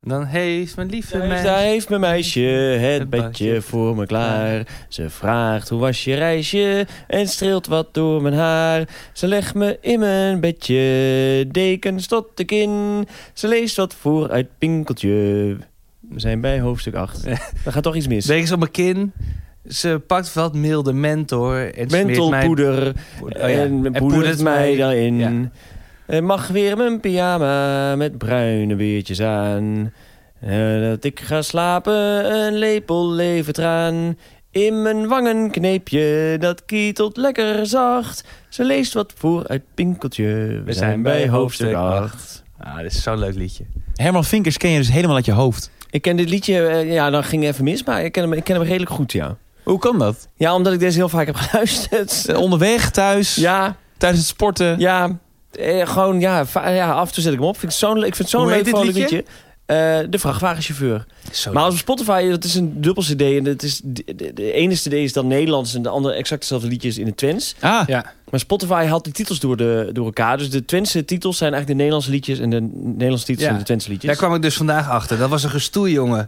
Dan heeft mijn lieve meisje... Daar heeft mijn meisje het bedje voor me klaar. Ze vraagt hoe was je reisje en streelt wat door mijn haar. Ze legt me in mijn bedje, dekens tot de kin. Ze leest wat voor uit Pinkeltje. We zijn bij hoofdstuk 8. Er gaat toch iets mis. Dekens op mijn kin. Ze pakt wat milde mentor en mentholpoeder en poedert mij daarin. Ja. Mag weer mijn pyjama met bruine beertjes aan. Dat ik ga slapen, een lepel levertraan. In mijn wangen kneepje, dat kietelt lekker zacht. Ze leest wat voor uit Pinkeltje. We zijn bij hoofdstuk 8. Ah, dit is zo'n leuk liedje. Herman Vinkers ken je dus helemaal uit je hoofd. Ik ken dit liedje, dan ging even mis, maar ik ken hem redelijk goed, ja. Hoe kan dat? Ja, omdat ik deze heel vaak heb geluisterd. Onderweg, thuis? Ja. Tijdens het sporten? Ja, gewoon, af en toe zet ik hem op. Ik vind het zo'n leuk vrolijk liedje. De vrachtwagenchauffeur. Maar op Spotify, dat is een dubbel cd. En het is, de ene cd is dan Nederlands en de andere exact hetzelfde liedjes in het Twents. Ah. Ja. Maar Spotify haalt die titels door elkaar. Dus de Twentse titels zijn eigenlijk de Nederlandse liedjes en de Nederlandse titels zijn de Twentse liedjes. Daar kwam ik dus vandaag achter. Dat was een gestoei, jongen.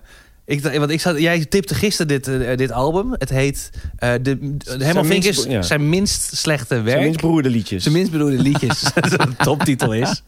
Jij tipte gisteren dit album. Het heet Herman Vinkers zijn minst slechte werk. Zijn minst beroerde liedjes. Zijn minst beroerde liedjes. Dat is een toptitel is.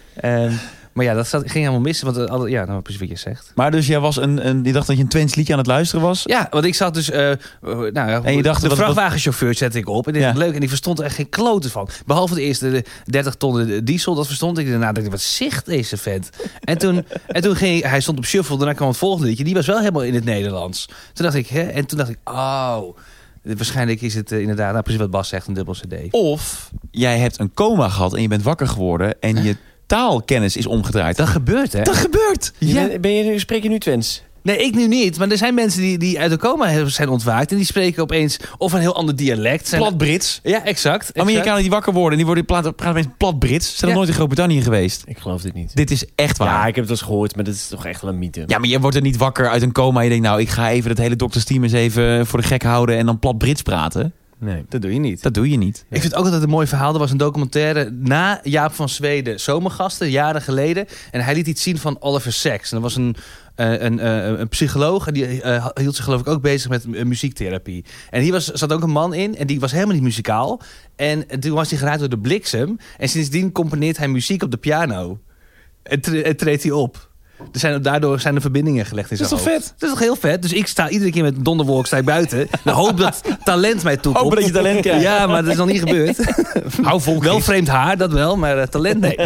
Maar ja, dat ging helemaal mis. Want nou precies wat je zegt. Maar dus jij was je dacht dat je een Twents liedje aan het luisteren was? Ja, want ik zat dus... en je dacht, de vrachtwagenchauffeur zette ik op. En dit was leuk. En ik verstond er echt geen kloten van. Behalve de eerste 30 tonnen diesel. Dat verstond ik. Daarna dacht ik, wat zegt deze vent? En toen ging hij stond op shuffle. Daarna kwam het volgende liedje. Die was wel helemaal in het Nederlands. Toen dacht ik, waarschijnlijk is het inderdaad... precies wat Bas zegt, een dubbel cd. Of jij hebt een coma gehad en je bent wakker geworden... en je taalkennis is omgedraaid. Dat gebeurt, hè? Dat gebeurt! Ja. Spreek je nu Twents? Nee, ik nu niet. Maar er zijn mensen die uit de coma zijn ontwaakt... en die spreken opeens of een heel ander dialect. Plat Brits. Ja, exact. Amerikanen die wakker worden... die praten opeens plat Brits. Ze zijn nog nooit in Groot-Brittannië geweest. Ik geloof dit niet. Dit is echt waar. Ja, ik heb het wel eens gehoord, maar dit is toch echt wel een mythe. Ja, maar je wordt er niet wakker uit een coma... je denkt, nou, ik ga even het hele doktersteam eens even voor de gek houden... en dan plat Brits praten. Nee, dat doe je niet. Dat doe je niet. Ik vind ook altijd een mooi verhaal. Er was een documentaire na Jaap van Zweden Zomergasten, jaren geleden. En hij liet iets zien van Oliver Sacks. En dat was een psycholoog. En die hield zich geloof ik ook bezig met muziektherapie. En hier zat ook een man in. En die was helemaal niet muzikaal. En toen was hij geraakt door de bliksem. En sindsdien componeert hij muziek op de piano. En treedt hij op. Daardoor zijn er verbindingen gelegd in zijn hoofd. Dat is toch vet? Dat is toch heel vet? Dus ik sta iedere keer met donderwolk buiten. En hoop dat talent mij toekomt. Hoop dat je talent krijgt. Ja, maar dat is nog niet gebeurd. Hou vol. Wel vreemd haar, dat wel, maar talent nee.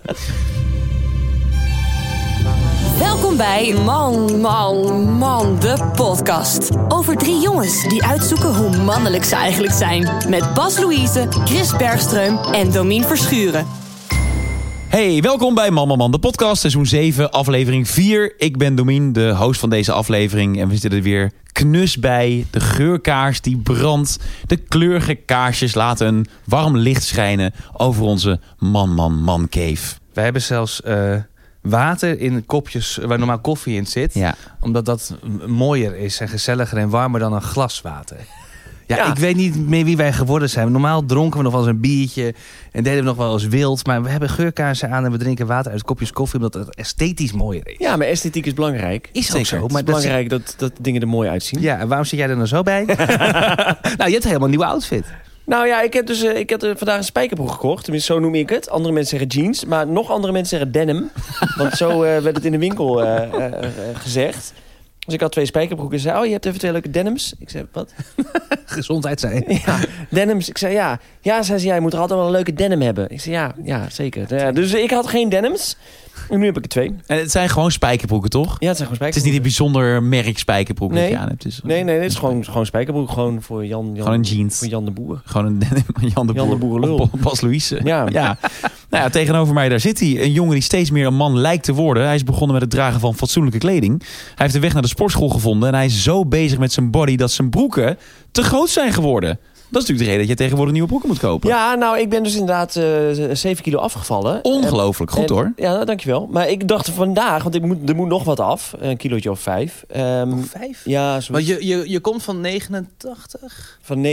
Welkom bij Man, de podcast. Over 3 jongens die uitzoeken hoe mannelijk ze eigenlijk zijn. Met Bas Louise, Chris Bergström en Domien Verschuren. Hey, welkom bij Man, de podcast, seizoen 7, aflevering 4. Ik ben Domien, de host van deze aflevering. En we zitten er weer knus bij. De geurkaars die brandt. De kleurige kaarsjes laten een warm licht schijnen over onze man cave. Wij hebben zelfs water in kopjes waar normaal koffie in zit. Ja. Omdat dat mooier is en gezelliger en warmer dan een glas water. Ja, ik weet niet meer wie wij geworden zijn. Normaal dronken we nog wel eens een biertje en deden we nog wel eens wild. Maar we hebben geurkaarsen aan en we drinken water uit kopjes koffie... omdat het esthetisch mooier is. Ja, maar esthetiek is belangrijk. Is ook zo. Maar het is belangrijk dat dingen er mooi uitzien. Ja, en waarom zit jij er nou zo bij? Nou, je hebt helemaal een nieuwe outfit. Nou ja, ik heb vandaag een spijkerbroek gekocht. Tenminste, zo noem ik het. Andere mensen zeggen jeans. Maar nog andere mensen zeggen denim. Want zo werd het in de winkel gezegd. Dus ik had 2 spijkerbroeken. Ze zei, je hebt even 2 leuke denims. Ik zei, wat? Gezondheid zijn. Ja, denims. Ik zei, ja. Ja, zei ze, je moet er altijd wel een leuke denim hebben. Ik zei, ja zeker. Ja, dus ik had geen denims. En nu heb ik er 2. En het zijn gewoon spijkerbroeken, toch? Ja, het zijn gewoon spijkerbroeken. Het is niet een bijzonder merk spijkerbroek dat je aan hebt. Dus... Nee, het is gewoon spijkerbroek. Gewoon voor Jan. Gewoon een jeans. Voor Jan de Boer. Gewoon een denim. Jan de Boer lul. Bas Louise. Ja. Nou ja, tegenover mij daar zit hij. Een jongen die steeds meer een man lijkt te worden. Hij is begonnen met het dragen van fatsoenlijke kleding. Hij heeft de weg naar de sportschool gevonden. En hij is zo bezig met zijn body dat zijn broeken te groot zijn geworden. Dat is natuurlijk de reden dat je tegenwoordig nieuwe broeken moet kopen. Ja, nou, ik ben dus inderdaad 7 kilo afgevallen. Ongelooflijk, goed hoor. Ja, dankjewel. Maar ik dacht vandaag, want er moet nog wat af. Een kilootje of 5. 5? Ja, maar je komt van 89? Van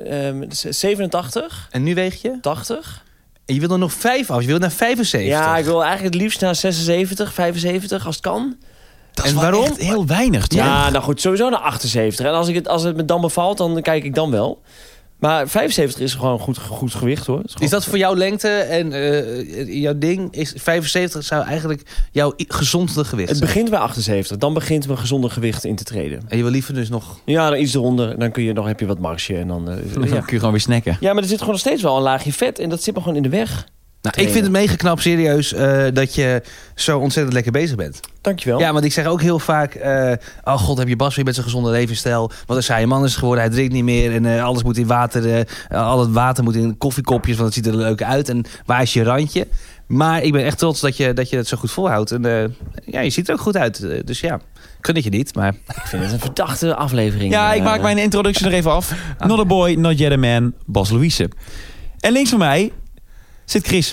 87. En nu weeg je? 80. En je wil er nog 5 af. Je wil naar 75. Ja, ik wil eigenlijk het liefst naar 76, 75 als het kan. Dat is waarom? Echt heel weinig. Toch? Ja, nou goed, sowieso naar 78. En als het me dan bevalt, dan kijk ik dan wel. Maar 75 is gewoon goed gewicht, hoor. Is dat voor jouw lengte en jouw ding? Is 75 zou eigenlijk jouw gezondste gewicht zijn? Het begint bij 78. Dan begint mijn gezonde gewicht in te treden. En je wil liever dus nog... Ja, dan iets eronder. Dan heb je wat marge. En dan kun je gewoon weer snacken. Ja, maar er zit gewoon nog steeds wel een laagje vet. En dat zit me gewoon in de weg. Nou, ik vind het mega knap, serieus, dat je zo ontzettend lekker bezig bent. Dankjewel. Ja, want ik zeg ook heel vaak... oh god, heb je Bas weer met zijn gezonde levensstijl. Wat een saaie man is geworden. Hij drinkt niet meer. En alles moet in water. Al het water moet in koffiekopjes. Want het ziet er leuk uit. En waar is je randje? Maar ik ben echt trots dat je het zo goed volhoudt. En je ziet er ook goed uit. Dus ja, kun het je niet. Maar... Ik vind het een verdachte aflevering. Ja, ik maak mijn introductie nog even af. Not a boy, not yet a man. Bas Louise. En links van mij zit Chris.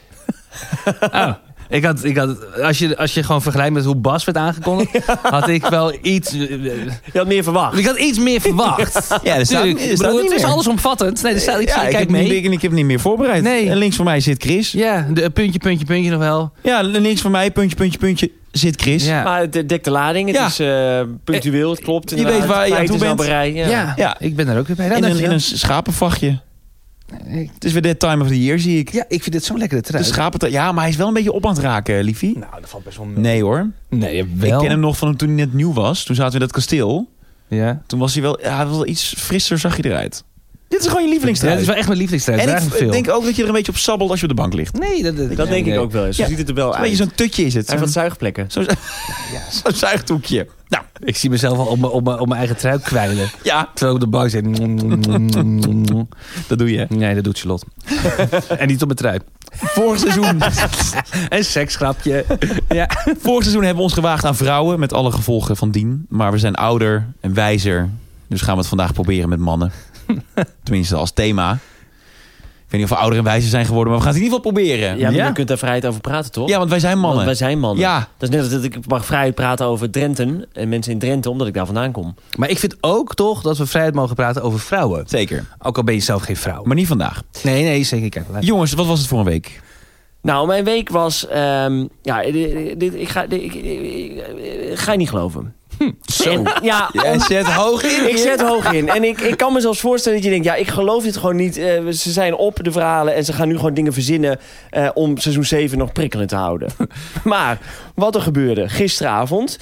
Ik had, als je gewoon vergelijkt met hoe Bas werd aangekondigd, had ik wel iets... Je had meer verwacht. Ik had iets meer verwacht. Ja, het is allesomvattend. Nee, kijk mee. Ik heb niet meer voorbereid. Nee. En links van mij zit Chris. Ja, puntje nog wel. Ja, links van mij, puntje, zit Chris. Ja. Maar het dekt de lading. Het is punctueel, het klopt. Je weet waar je aan toe bent. Ja, ik ben er ook weer bij. In een schapenvachtje. Het is weer that time of the year, zie ik. Ja, ik vind dit zo'n lekkere trui. De schapen, ja, maar hij is wel een beetje op aan het raken, liefie. Nou, dat valt best wel... Nee hoor. Nee, wel. Ik ken hem nog van toen hij net nieuw was. Toen zaten we in dat kasteel. Ja. Toen was hij wel iets frisser, zag je eruit. Dit is gewoon je lievelingstrui. Ja, dit is wel echt mijn lievelingstrui. En ik denk ook dat je er een beetje op sabbelt als je op de bank ligt. Nee, dat denk ik ook wel. Zo ziet het er wel uit. Een beetje zo'n tutje is het. Hij heeft wat zuigplekken. Zo'n zuigtoekje. Nou, ik zie mezelf al op mijn eigen trui kwijlen. Ja. Terwijl ik op de bank zit. Dat doe je. Nee, dat doet Charlotte. En niet op mijn trui. Vorig seizoen. Een seksgrapje. Ja. Vorig seizoen hebben we ons gewaagd aan vrouwen. Met alle gevolgen van dien. Maar we zijn ouder en wijzer. Dus gaan we het vandaag proberen met mannen. Tenminste als thema. Ik weet niet of we ouder en wijzer zijn geworden. Maar we gaan het in ieder geval proberen. Ja, maar je kunt daar vrijheid over praten, toch? Ja, want wij zijn mannen. Want wij zijn mannen. Ja. Dat is net als dat ik mag vrijheid praten over Drenthe. En mensen in Drenthe, omdat ik daar vandaan kom. Maar ik vind ook toch dat we vrijheid mogen praten over vrouwen. Zeker. Ook al ben je zelf geen vrouw. Maar niet vandaag. Nee, zeker. Kijk, jongens, wat was het voor een week? Nou, mijn week was... ik ga je niet geloven. Zo. En, ja, jij zet hoog in. Ik zet hoog in. En ik kan me zelfs voorstellen dat je denkt... ik geloof dit gewoon niet. Ze zijn op, de verhalen. En ze gaan nu gewoon dingen verzinnen... om seizoen 7 nog prikkelend te houden. Maar wat er gebeurde gisteravond...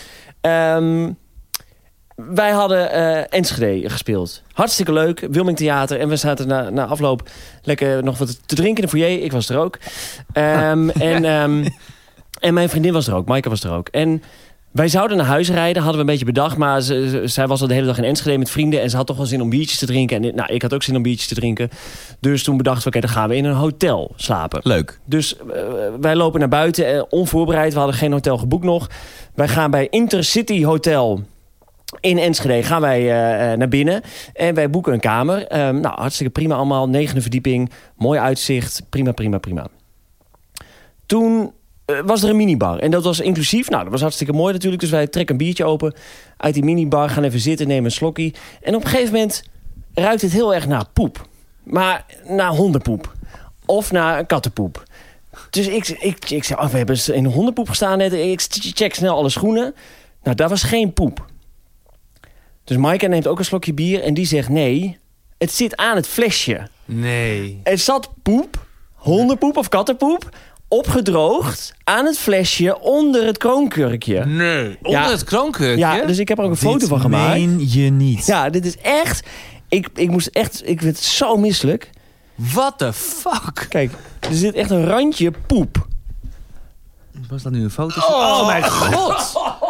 wij hadden Enschede gespeeld. Hartstikke leuk. Wilming Theater. En we zaten na afloop lekker nog wat te drinken in de foyer. Ik was er ook. En mijn vriendin was er ook. Maaike was er ook. En... wij zouden naar huis rijden, hadden we een beetje bedacht. Maar zij was al de hele dag in Enschede met vrienden. En ze had toch wel zin om biertjes te drinken. En ik had ook zin om biertjes te drinken. Dus toen bedachten we, oké, dan gaan we in een hotel slapen. Leuk. Dus wij lopen naar buiten, onvoorbereid. We hadden geen hotel geboekt nog. Wij gaan bij Intercity Hotel in Enschede gaan wij naar binnen. En wij boeken een kamer. Hartstikke prima allemaal. 9e verdieping. Mooi uitzicht. Prima. Toen... was er een minibar. En dat was inclusief. Nou, dat was hartstikke mooi natuurlijk. Dus wij trekken een biertje open uit die minibar. Gaan even zitten, nemen een slokkie. En op een gegeven moment ruikt het heel erg naar poep. Maar naar hondenpoep. Of naar kattenpoep. Dus ik zei, we hebben in de hondenpoep gestaan net. Ik check snel alle schoenen. Nou, daar was geen poep. Dus Maaike neemt ook een slokje bier. En die zegt, nee, het zit aan het flesje. Nee. Er zat poep, hondenpoep of kattenpoep... opgedroogd aan het flesje onder het kroonkurkje. Nee, onder het kroonkurkje? Ja, dus ik heb er ook een foto van gemaakt. Meen je niet? Ja, dit is echt... Ik werd zo misselijk. What the fuck? Kijk, er zit echt een randje poep. Was dat nu een foto? Oh mijn god!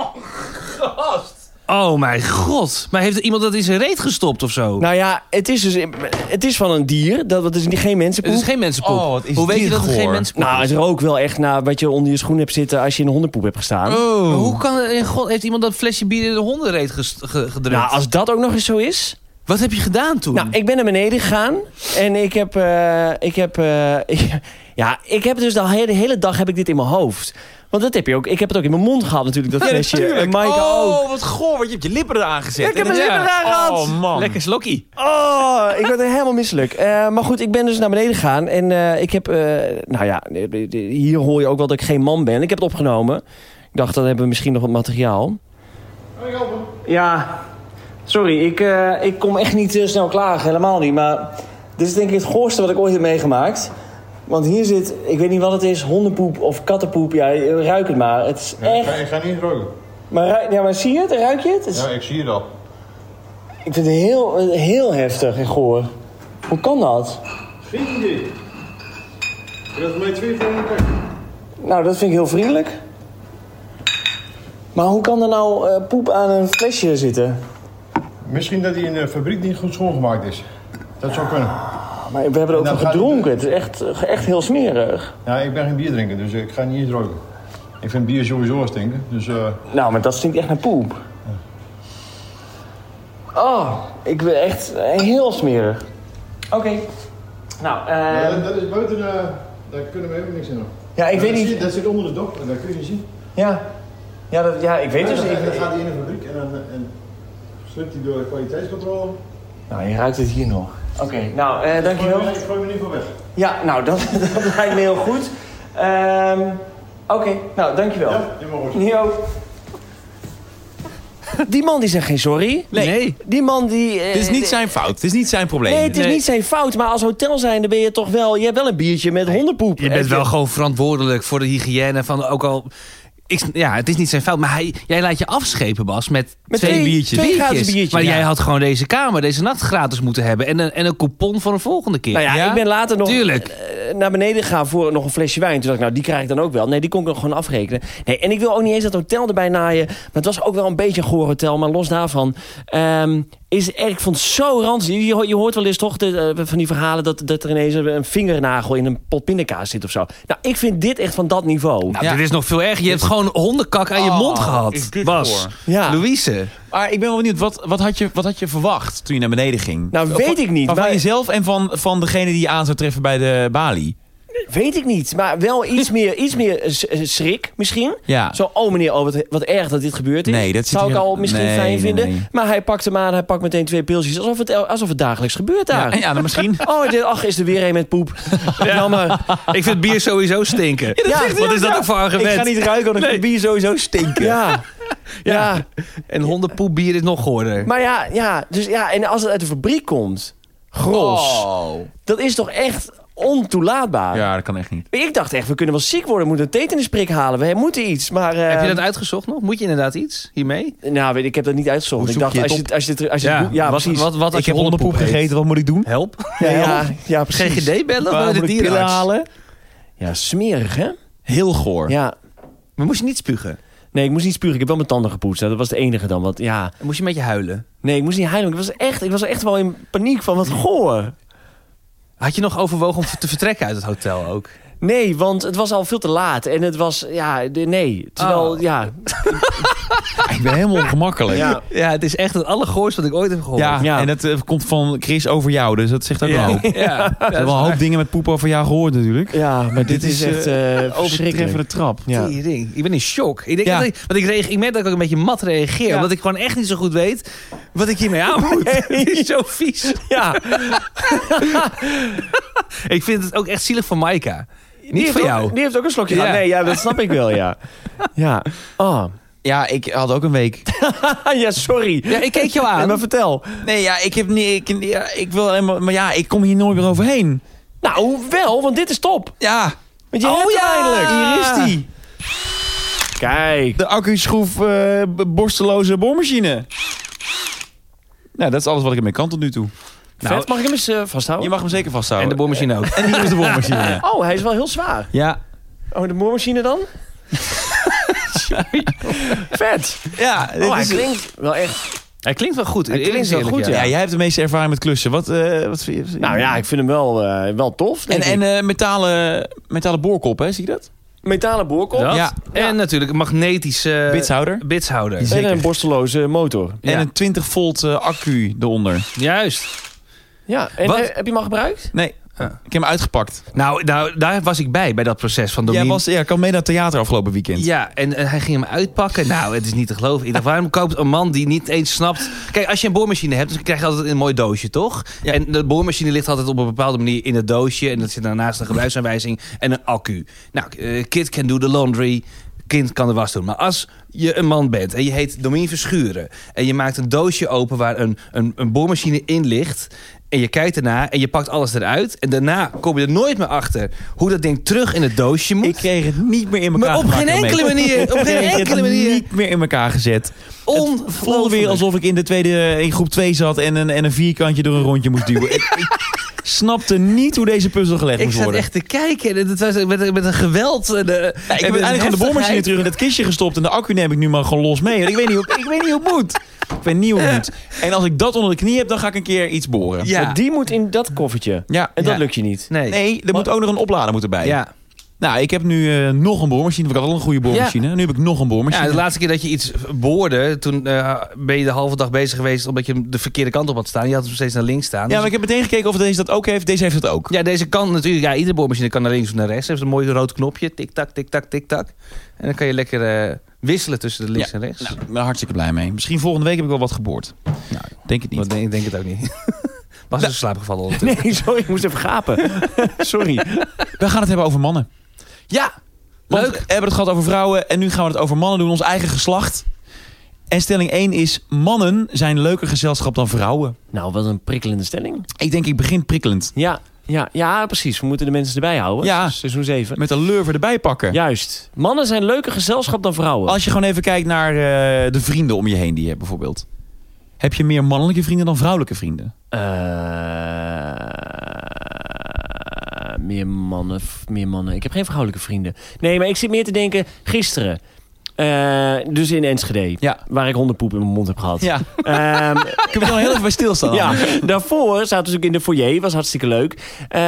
Oh mijn god. Maar heeft er iemand dat in zijn reet gestopt of zo? Nou ja, het is van een dier. Dat is geen mensenpoep. Het is geen mensenpoep. Hoe weet je dat het geen mensenpoep is? Nou, het rookt wel echt naar wat je onder je schoen hebt zitten... als je in een hondenpoep hebt gestaan. Oh. Hoe kan het in god... Heeft iemand dat flesje bier in de hondenreet gedrukt? Nou, als dat ook nog eens zo is... Wat heb je gedaan toen? Nou, ik ben naar beneden gegaan. En ik heb dus de hele dag heb ik dit in mijn hoofd. Want dat heb je ook. Ik heb het ook in mijn mond gehad natuurlijk, dat flesje. Natuurlijk. En Maaike ook. Oh, wat goor. Want je hebt je lippen eraan gezet. Ik heb mijn lippen eraan gehad. Oh, man. Lekker slokkie. Oh, ik werd er helemaal misselijk. Maar goed, ik ben dus naar beneden gegaan. En ik heb... hier hoor je ook wel dat ik geen man ben. Ik heb het opgenomen. Ik dacht, dan hebben we misschien nog wat materiaal. Ja, sorry, ik kom echt niet snel klaar, helemaal niet. Maar dit is denk ik het goorste wat ik ooit heb meegemaakt. Want hier zit, ik weet niet wat het is, hondenpoep of kattenpoep. Ja, ruik het maar. Het is echt... Ik ga niet ruiken. Maar zie je het? Ruik je het? Ja, ik zie het al. Ik vind het heel heftig en goor. Hoe kan dat? Geen idee. Je hebt mij 2 voor elkaar. Nou, dat vind ik heel vriendelijk. Maar hoe kan er nou poep aan een flesje zitten? Misschien dat hij in de fabriek niet goed schoongemaakt is. Dat zou kunnen. Maar we hebben er ook van gedronken. Het is echt heel smerig. Ja, ik ben geen bierdrinker, dus ik ga niet eens roken. Ik vind bier sowieso stinken, dus... Nou, maar dat stinkt echt naar poep. Oh, ik ben echt heel smerig. Oké. Nou, ja, dat is buiten, daar kunnen we helemaal niks in doen. Ja, ik weet niet... Dat zit onder de dok en dat kun je niet zien. Ja, ik weet dus... Dan gaat hij in de fabriek en sluit hij door de kwaliteitscontrole. Nou, je ruikt het hier nog. Oké, nou, dankjewel. Ik gooi me niet voor weg. Ja, nou, dat lijkt me heel goed. Oké, nou, dankjewel. Ja, helemaal goed. Jo. Die man die zegt geen sorry. Nee. Die man die... Het is niet zijn fout. Het is niet zijn probleem. Nee, het is niet zijn fout. Maar als hotel zijnde ben je toch wel... Je hebt wel een biertje met hondenpoep. Je bent wel gewoon verantwoordelijk voor de hygiëne van ook al... het is niet zijn fout, maar jij laat je afschepen, Bas, met 2 biertjes. 2 gratis biertjes. Maar jij had gewoon deze kamer, deze nacht gratis moeten hebben. En een coupon voor een volgende keer. Nou ja, ik ben later nog naar beneden gegaan voor nog een flesje wijn. Toen dacht ik, nou, die krijg ik dan ook wel. Nee, die kon ik nog gewoon afrekenen. Nee, en ik wil ook niet eens dat hotel erbij naaien. Maar het was ook wel een beetje een goor hotel. Maar los daarvan... ik vond het zo ranzig. Je hoort wel eens toch van die verhalen dat er ineens een vingernagel in een pot pindakaas zit of zo. Nou, ik vind dit echt van dat niveau. Nou, dit is nog veel erger. Je hebt gewoon hondenkak aan je mond gehad, Bas. Ja. Louise. Maar ik ben wel benieuwd, wat had je verwacht toen je naar beneden ging? Nou, weet ik niet. Van jezelf en van degene die je aan zou treffen bij de balie? Weet ik niet, maar wel iets meer schrik misschien. Ja. Zo, meneer, wat erg dat dit gebeurd is. Nee, dat zou ik al misschien fijn vinden. Nee. Maar hij pakt hem aan, hij pakt meteen 2 pilsjes. Alsof het dagelijks gebeurt daar. Ja, dan misschien. Is er weer een met poep. Jammer. Ik vind bier sowieso stinken. Wat is dat ook voor argument? Ik ga niet ruiken, want ik vind bier sowieso stinken. Ja. En hondenpoepbier is nog goorder. Maar en als het uit de fabriek komt, gros. Dat is toch echt... ontoelaatbaar. Ja, dat kan echt niet. Ik dacht echt, we kunnen wel ziek worden. We moeten een tetanusprik halen. We moeten iets. Maar, heb je dat uitgezocht nog? Moet je inderdaad iets hiermee? Nou, ik heb dat niet uitgezocht. Ik dacht, als je precies. Wat ik heb hondenpoep gegeten, wat moet ik doen? Help? Ja, precies. GGD bellen of de dierenarts? Halen? Ja, smerig, hè? Heel goor. Ja. Maar moest je niet spugen? Nee, ik moest niet spugen. Ik heb wel mijn tanden gepoetst. Dat was het enige dan. Moest je een beetje huilen? Nee, ik moest niet huilen. Ik was echt wel in paniek van wat goor. Had je nog overwogen om te vertrekken uit het hotel ook? Nee, want het was al veel te laat. En het was, nee. Terwijl, Ik ben helemaal ongemakkelijk. Ja, het is echt het allergoorste wat ik ooit heb gehoord. Ja. En dat komt van Chris over jou, dus dat zegt ook wel. Ja. Er hebben wel een hoop dingen met poep over jou gehoord natuurlijk. Ja, maar dit is echt overtreffende trap. Ja. Ik ben in shock. Ik merk dat ik ook een beetje mat reageer. Omdat ik gewoon echt niet zo goed weet wat ik hiermee aan moet. Het is zo vies. Ja. Ik vind het ook echt zielig voor Maika. Niet voor jou. Die heeft ook een slokje gehad. Nee, dat snap ik wel, ja. Ja. Oh. Ja, ik had ook een week. Ja, sorry. Ja, ik keek jou aan. Ja, maar vertel. Nee, ik wil helemaal... Maar ik kom hier nooit meer overheen. Nou, wel, want dit is top. Ja. Want je hebt hem eindelijk. Hier is die. Kijk. De accu-schroef borsteloze boormachine. Nou, dat is alles wat ik ermee kan tot nu toe. Vet, mag ik hem eens vasthouden? Je mag hem zeker vasthouden. En de boormachine ook. En hier is de boormachine. Oh, hij is wel heel zwaar. Ja. Oh, de boormachine dan? Vet. Ja, hij klinkt wel echt... Hij klinkt wel goed. Hij klinkt wel goed, ja. Jij hebt de meeste ervaring met klussen. Wat vind je? Nou ja, ik vind hem wel tof. En metalen boorkop, hè? Zie je dat? Metalen boorkop. Ja. En natuurlijk een magnetische... Bitshouder. En een borsteloze motor. En een 20 volt accu eronder. Juist. Ja, en heb je hem al gebruikt? Nee. Ik heb hem uitgepakt. Nou, daar was ik bij dat proces van Domien. Ik kwam mee naar het theater afgelopen weekend. Ja, en hij ging hem uitpakken. Nou, het is niet te geloven. Ik dacht, waarom koopt een man die niet eens snapt... Kijk, als je een boormachine hebt, dan krijg je altijd een mooi doosje, toch? Ja. En de boormachine ligt altijd op een bepaalde manier in het doosje. En dat zit daarnaast een gebruiksaanwijzing en een accu. Nou, kid can do the laundry. kind kan de was doen. Maar als je een man bent en je heet Domien Verschuren... en je maakt een doosje open waar een boormachine in ligt... en je kijkt ernaar en je pakt alles eruit... en daarna kom je er nooit meer achter hoe dat ding terug in het doosje moet. Ik kreeg het niet meer in elkaar Maar op geen enkele manier. Niet meer in elkaar gezet. Het voelde weer alsof ik in groep 2 zat... en een vierkantje door een rondje moest duwen. Ik snapte niet hoe deze puzzel gelegd moest worden. Ik zat echt te kijken. Het was met een geweld. Ik heb uiteindelijk van de boormachine terug in dat kistje gestopt... en de accu neem ik nu maar gewoon los mee. Ik weet niet hoe het moet. Ik weet niet hoe het moet. En als ik dat onder de knie heb, dan ga ik een keer iets boren. Ja. Maar die moet in dat koffertje. Ja. En dat lukt je niet. Nee, er moet ook nog een oplader bij. Ja. Nou, ik heb nu nog een boormachine. Ik had al een goede boormachine. Ja. Nu heb ik nog een boormachine. Ja, de laatste keer dat je iets boorde... toen ben je de halve dag bezig geweest... omdat je hem de verkeerde kant op had staan. Je had hem steeds naar links staan. Ja, maar ik heb meteen gekeken of deze dat ook heeft. Deze heeft het ook. Ja, deze kan natuurlijk... Ja, iedere boormachine kan naar links of naar rechts. Heeft een mooi rood knopje. Tik-tak, tik-tak, tik-tak. En dan kan je lekker wisselen tussen de links en rechts. Nou, ik ben er hartstikke blij mee. Misschien volgende week heb ik wel wat geboord. Nou, denk het niet. Ik denk het ook niet. Was er slaap gevallen? Nee, sorry. Ik moest even gapen. Sorry. We gaan het hebben over mannen. Ja, leuk. leuk. We hebben het gehad over vrouwen en nu gaan we het over mannen doen. Ons eigen geslacht. En stelling 1 is... mannen zijn leuker gezelschap dan vrouwen. Nou, wat een prikkelende stelling. Ik begin prikkelend. Ja, precies. We moeten de mensen erbij houden. Ja. Seizoen 7. Met een lurver erbij pakken. Juist. Mannen zijn leuker gezelschap dan vrouwen. Als je gewoon even kijkt naar de vrienden om je heen die je hebt bijvoorbeeld. Heb je meer mannelijke vrienden dan vrouwelijke vrienden? Meer mannen. Ik heb geen vrouwelijke vrienden. Nee, maar ik zit meer te denken... Gisteren. Dus in Enschede. Ja. Waar ik hondenpoep in mijn mond heb gehad. Ja. Kun je dan heel even bij stilstaan? Ja. Daarvoor zaten we ook in de foyer. Was hartstikke leuk.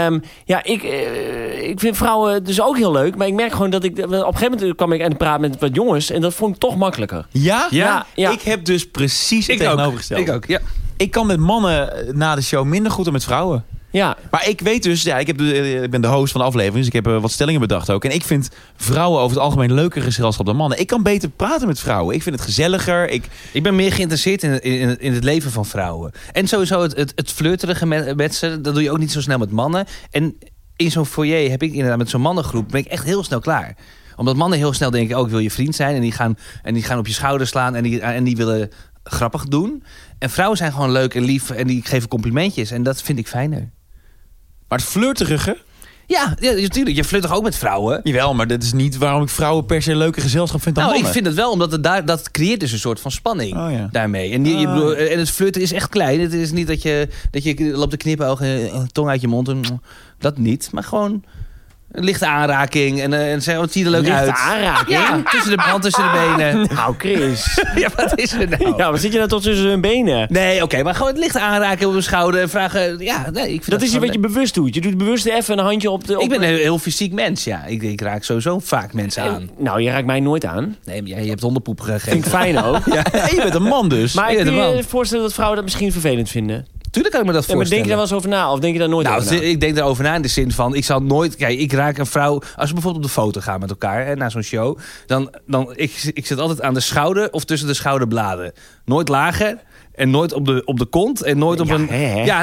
Ik vind vrouwen dus ook heel leuk. Maar ik merk gewoon dat op een gegeven moment kwam ik aan het praten met wat jongens. En dat vond ik toch makkelijker. Ja? Ja. Ik heb dus precies het tegenovergestelde. Ik ook, ja. Ik kan met mannen na de show minder goed dan met vrouwen. Ja. Maar ik weet dus, ik ben de host van de aflevering, dus ik heb wat stellingen bedacht ook. En ik vind vrouwen over het algemeen leuker gezelschap dan mannen. Ik kan beter praten met vrouwen. Ik vind het gezelliger. Ik ben meer geïnteresseerd in het leven van vrouwen. En sowieso het flirterige met ze, dat doe je ook niet zo snel met mannen. En in zo'n foyer heb ik inderdaad met zo'n mannengroep, ben ik echt heel snel klaar. Omdat mannen heel snel denken, ik wil je vriend zijn. En die gaan op je schouder slaan en die willen grappig doen. En vrouwen zijn gewoon leuk en lief en die geven complimentjes. En dat vind ik fijner. Maar het flirterige? Ja, natuurlijk. Je flirt toch ook met vrouwen? Jawel, maar dat is niet waarom ik vrouwen per se leuke gezelschap vind dan mannen. Ik vind het wel, omdat dat creëert dus een soort van spanning daarmee. En, en het flirten is echt klein. Het is niet dat je loopt te knipogen, tong uit je mond. Dat niet, maar gewoon... een lichte aanraking en zeggen, wat ziet er leuk uit. Lichte aanraking? Ja, tussen de hand, tussen de benen. Nou, Chris. Ja, wat is er nou? Ja, wat zit je nou tot tussen hun benen? Nee, oké, maar gewoon het lichte aanraken op mijn schouder en vragen. Ja, nee, ik vind dat is wat je bewust doet. Je doet bewust even een handje op de... Ik ben een heel fysiek mens, ja. Ik raak sowieso vaak mensen aan. Nou, je raakt mij nooit aan. Nee, maar je hebt hondenpoep gegeven. Vind ik fijn ook. Ja. En je bent een man dus. Maar kun je je voorstellen dat vrouwen dat misschien vervelend vinden? Tuurlijk kan ik me dat voorstellen. Maar denk je daar wel eens over na? Of denk je daar nooit over na? Ik denk daarover na in de zin van... ik zal nooit... Kijk, ik raak een vrouw... als we bijvoorbeeld op de foto gaan met elkaar... naar zo'n show... dan ik zit altijd aan de schouder... of tussen de schouderbladen. Nooit lager... en nooit op de kont en nooit op een...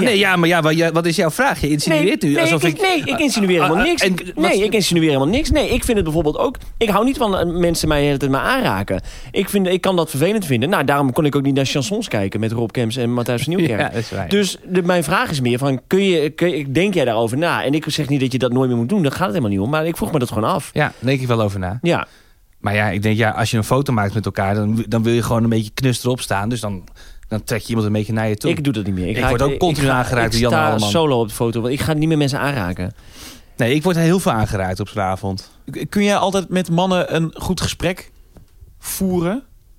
Maar wat is jouw vraag? Je insinueert nu alsof ik... Nee, ik insinueer helemaal niks. Ik insinueer helemaal niks. Nee, ik vind het bijvoorbeeld ook... Ik hou niet van mensen mij de hele tijd maar aanraken. Ik kan dat vervelend vinden. Nou, daarom kon ik ook niet naar chansons kijken... met Rob Kemps en Matthijs van Nieuwkerk. Ja, dat is waar. Dus mijn vraag is meer van... denk jij daarover na? En ik zeg niet dat je dat nooit meer moet doen. Daar gaat het helemaal niet om. Maar ik vroeg me dat gewoon af. Ja, daar denk ik wel over na. Ja. Maar ja, ik denk, als je een foto maakt met elkaar... dan wil je gewoon een beetje knus erop staan. Dus dan trek je iemand een beetje naar je toe. Ik doe dat niet meer. Ik word ook continu aangeraakt door Jan Alleman. Ik sta solo op de foto, want ik ga niet meer mensen aanraken. Nee, ik word heel veel aangeraakt op zo'n avond. Kun jij altijd met mannen een goed gesprek voeren?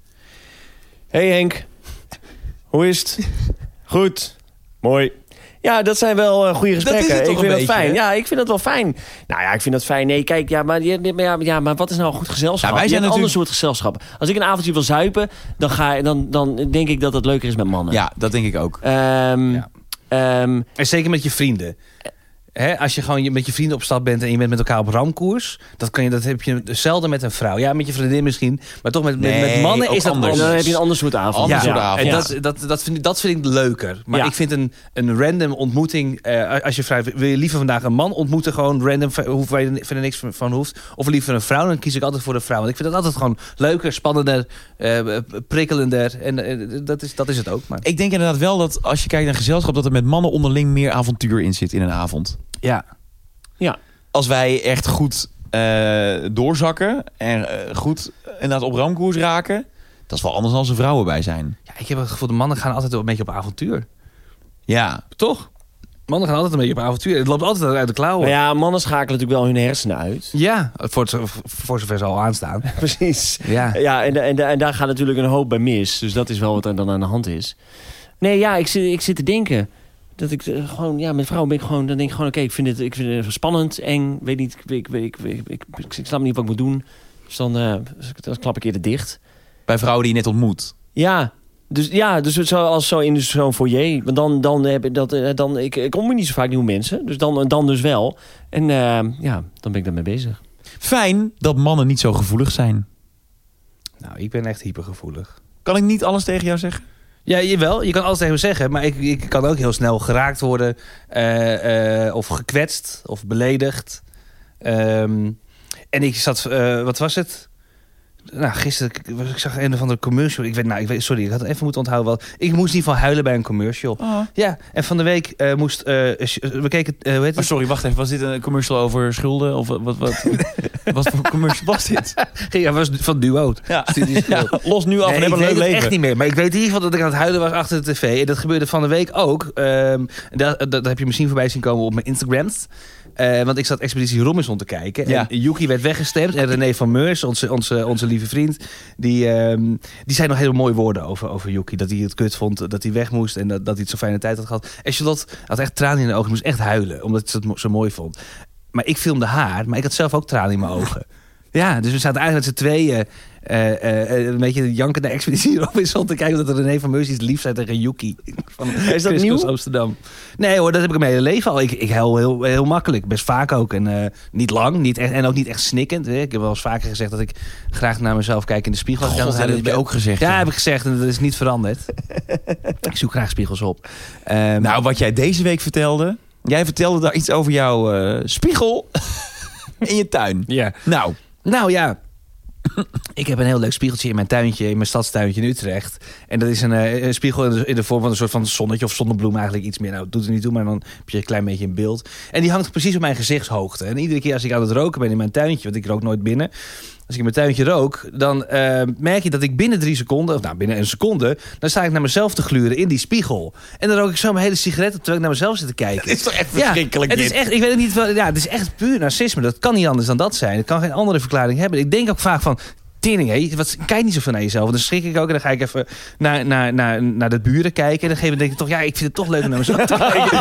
Hey Henk, hoe is het? Goed, mooi. Ja, dat zijn wel goede gesprekken. Ik vind dat fijn. Ja, ik vind dat wel fijn. Nou ja, ik vind dat fijn. Nee, kijk, maar wat is nou een goed gezelschap? Ja, wij zijn een ander soort gezelschap. Als ik een avondje wil zuipen, dan denk ik dat het leuker is met mannen. Ja, dat denk ik ook. En zeker met je vrienden. als je gewoon met je vrienden op stap bent en je bent met elkaar op ramkoers, dat heb je zelden met een vrouw. Ja, met je vriendin misschien, maar toch met mannen is dat anders. Dan heb je een ander soort avond. En dat vind ik leuker. Maar ik vind een random ontmoeting, als je vraagt, wil je liever vandaag een man ontmoeten, gewoon random, waar je verder niks van hoeft, of liever een vrouw, dan kies ik altijd voor de vrouw. Want ik vind dat altijd gewoon leuker, spannender, prikkelender. En dat is het ook. Maar. Ik denk inderdaad wel dat als je kijkt naar gezelschap, dat er met mannen onderling meer avontuur in zit in een avond. Ja. Als wij echt goed doorzakken en goed inderdaad op ramkoers raken, dat is wel anders dan als er vrouwen bij zijn. Ja, ik heb het gevoel, de mannen gaan altijd een beetje op avontuur. Ja. Toch? Mannen gaan altijd een beetje op avontuur. Het loopt altijd uit de klauwen. Maar ja, mannen schakelen natuurlijk wel hun hersenen uit. Ja, voor zover ze al aanstaan. Precies. Ja, en daar gaat natuurlijk een hoop bij mis. Dus dat is wel wat er dan aan de hand is. Nee, ja, ik zit te denken dat ik gewoon, met vrouwen ben ik gewoon, dan denk ik gewoon, oké, ik vind het spannend, eng, weet niet, ik snap niet wat ik moet doen. Dus dan klap ik eerder dicht. Bij vrouwen die je net ontmoet. Ja. Dus zoals zo in zo'n foyer. Want dan heb ik dat. Ik kom niet zo vaak nieuwe mensen. Dus dan dus wel. En dan ben ik daarmee bezig. Fijn dat mannen niet zo gevoelig zijn. Nou, ik ben echt hypergevoelig. Kan ik niet alles tegen jou zeggen? Ja, jawel. Je kan alles tegen me zeggen. Maar ik kan ook heel snel geraakt worden. Of gekwetst. Of beledigd. En ik zat... wat was het? Nou, gisteren ik zag een of andere commercial. Sorry, ik had het even moeten onthouden. Ik moest in ieder geval huilen bij een commercial. Oh. Ja, en van de week we keken... hoe heet het? Sorry, wacht even. Was dit een commercial over schulden? Of wat wat voor commercial was dit? Ja, was van Duo. Ja. Los nu af en heb een leuk leven. Ik weet het echt niet meer. Maar ik weet in ieder geval dat ik aan het huilen was achter de tv. En dat gebeurde van de week ook. Dat heb je misschien voorbij zien komen op mijn Instagrams. Want ik zat Expeditie Robinson te kijken. Ja. En Yuki werd weggestemd. En René van Meurs, onze lieve vriend, die zei nog hele mooie woorden over Yuki. Dat hij het kut vond, dat hij weg moest en dat hij het zo fijne tijd had gehad. En Charlotte had echt tranen in de ogen. Moest echt huilen, omdat ze het zo mooi vond. Maar ik filmde haar, maar ik had zelf ook tranen in mijn ogen. Ja, dus we zaten eigenlijk met z'n tweeën een beetje janken naar Expeditie Robinson te kijken, dat René van Meurs iets lief zei tegen Yuki. Is dat nieuw? Amsterdam. Nee hoor, dat heb ik mijn hele leven al. Ik huil heel makkelijk. Best vaak ook. En niet lang. Niet echt, en ook niet echt snikkend. Ik heb wel eens vaker gezegd dat ik graag naar mezelf kijk in de spiegel. God, dat heb je ook gezegd. Ja, heb ik gezegd. En dat is niet veranderd. Ik zoek graag spiegels op. Nou, wat jij deze week vertelde. Jij vertelde daar iets over jouw spiegel in je tuin. Ja. Nou ja. Ik heb een heel leuk spiegeltje in mijn tuintje, in mijn stadstuintje in Utrecht. En dat is een spiegel in de vorm van een soort van zonnetje of zonnebloem eigenlijk iets meer. Nou, dat doet er niet toe, maar dan heb je een klein beetje in beeld. En die hangt precies op mijn gezichtshoogte. En iedere keer als ik aan het roken ben in mijn tuintje, want ik rook nooit binnen. Als ik in mijn tuintje rook, dan merk je dat ik binnen 3 seconden, binnen een seconde, dan sta ik naar mezelf te gluren in die spiegel. En dan rook ik zo mijn hele sigaret op terwijl ik naar mezelf zit te kijken. Het is toch echt verschrikkelijk het is echt, ik weet het niet, het is echt puur narcisme. Dat kan niet anders dan dat zijn. Het kan geen andere verklaring hebben. Ik denk ook vaak van, kijk niet zoveel naar jezelf. Want dan schrik ik ook en dan ga ik even naar de buren kijken. En dan denk ik toch, ik vind het toch leuk om naar mezelf te kijken.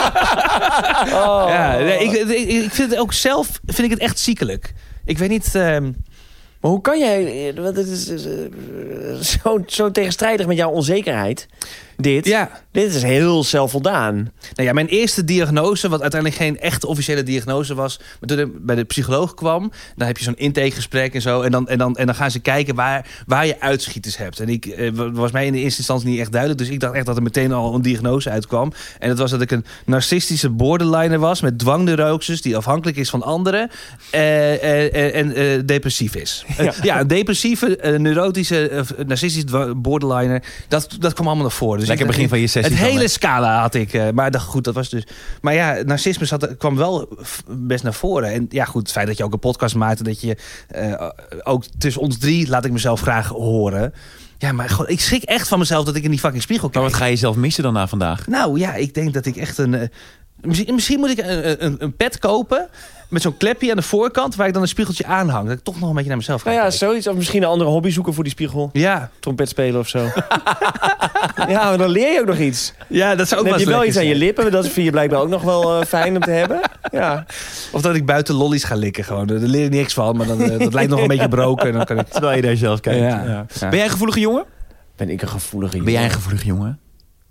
Ik vind het ook zelf, vind ik het echt ziekelijk. Ik weet niet... Maar hoe kan jij... Want het is zo tegenstrijdig met jouw onzekerheid. Dit is heel zelfvoldaan. Nou ja, mijn eerste diagnose, wat uiteindelijk geen echte officiële diagnose was, maar toen ik bij de psycholoog kwam, dan heb je zo'n intakegesprek en zo. En dan gaan ze kijken waar je uitschieters hebt. En was mij in de eerste instantie niet echt duidelijk. Dus ik dacht echt dat er meteen al een diagnose uitkwam. En dat was dat ik een narcistische borderliner was met dwangneuroses die afhankelijk is van anderen en depressief is. Ja, een depressieve, neurotische, narcistische borderliner, dat kwam allemaal naar voren. Dus lekker begin van je sessie. Het hele scala had ik. Maar goed, dat was dus... Maar ja, narcisme kwam wel best naar voren. En ja, goed, het feit dat je ook een podcast maakte, dat je ook tussen ons 3 laat ik mezelf graag horen. Ja, maar gewoon, ik schrik echt van mezelf dat ik in die fucking spiegel kijk. Maar wat ga je zelf missen dan na vandaag? Nou ja, ik denk dat ik echt een... Misschien moet ik een pet kopen met zo'n klepje aan de voorkant waar ik dan een spiegeltje aanhang. Dat ik toch nog een beetje naar mezelf ga kijken. Zoiets. Of misschien een andere hobby zoeken voor die spiegel. Ja. Trompet spelen of zo. Ja, maar dan leer je ook nog iets. Ja, dat zou ook dan heb je wel iets aan je lippen. Dat vind je blijkbaar ook nog wel fijn om te hebben. Ja. Of dat ik buiten lollies ga likken gewoon. Daar leer ik niks van, maar dat lijkt nog een beetje broken. En dan kan ik... Terwijl je daar zelf kijkt. Ja. Ben jij een gevoelige jongen? Ben ik een gevoelige jongen? Ben jij een gevoelige jongen?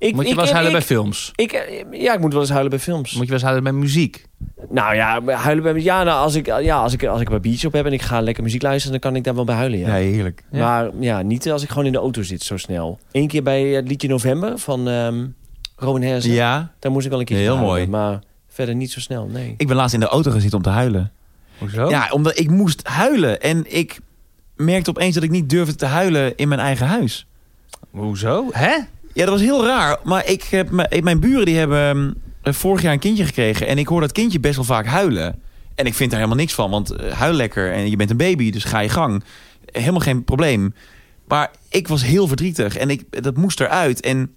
Moet je wel eens huilen bij films? Ik moet wel eens huilen bij films. Moet je wel eens huilen bij muziek? Nou ja, huilen bij... Ja, nou, als ik een biertje op heb en ik ga lekker muziek luisteren... dan kan ik daar wel bij huilen, ja. Ja, heerlijk. Ja. Maar ja, niet als ik gewoon in de auto zit zo snel. Eén keer bij het liedje November van Rowan Herzen. Ja. Daar moest ik wel een keer Heel huilen, mooi. maar verder niet zo snel, nee. Ik ben laatst in de auto gezeten om te huilen. Hoezo? Ja, omdat ik moest huilen. En ik merkte opeens dat ik niet durfde te huilen in mijn eigen huis. Hoezo? Hè? Ja, dat was heel raar. Maar mijn buren die hebben vorig jaar een kindje gekregen. En ik hoor dat kindje best wel vaak huilen. En ik vind daar helemaal niks van. Want huil lekker en je bent een baby, dus ga je gang. Helemaal geen probleem. Maar ik was heel verdrietig. En dat moest eruit. En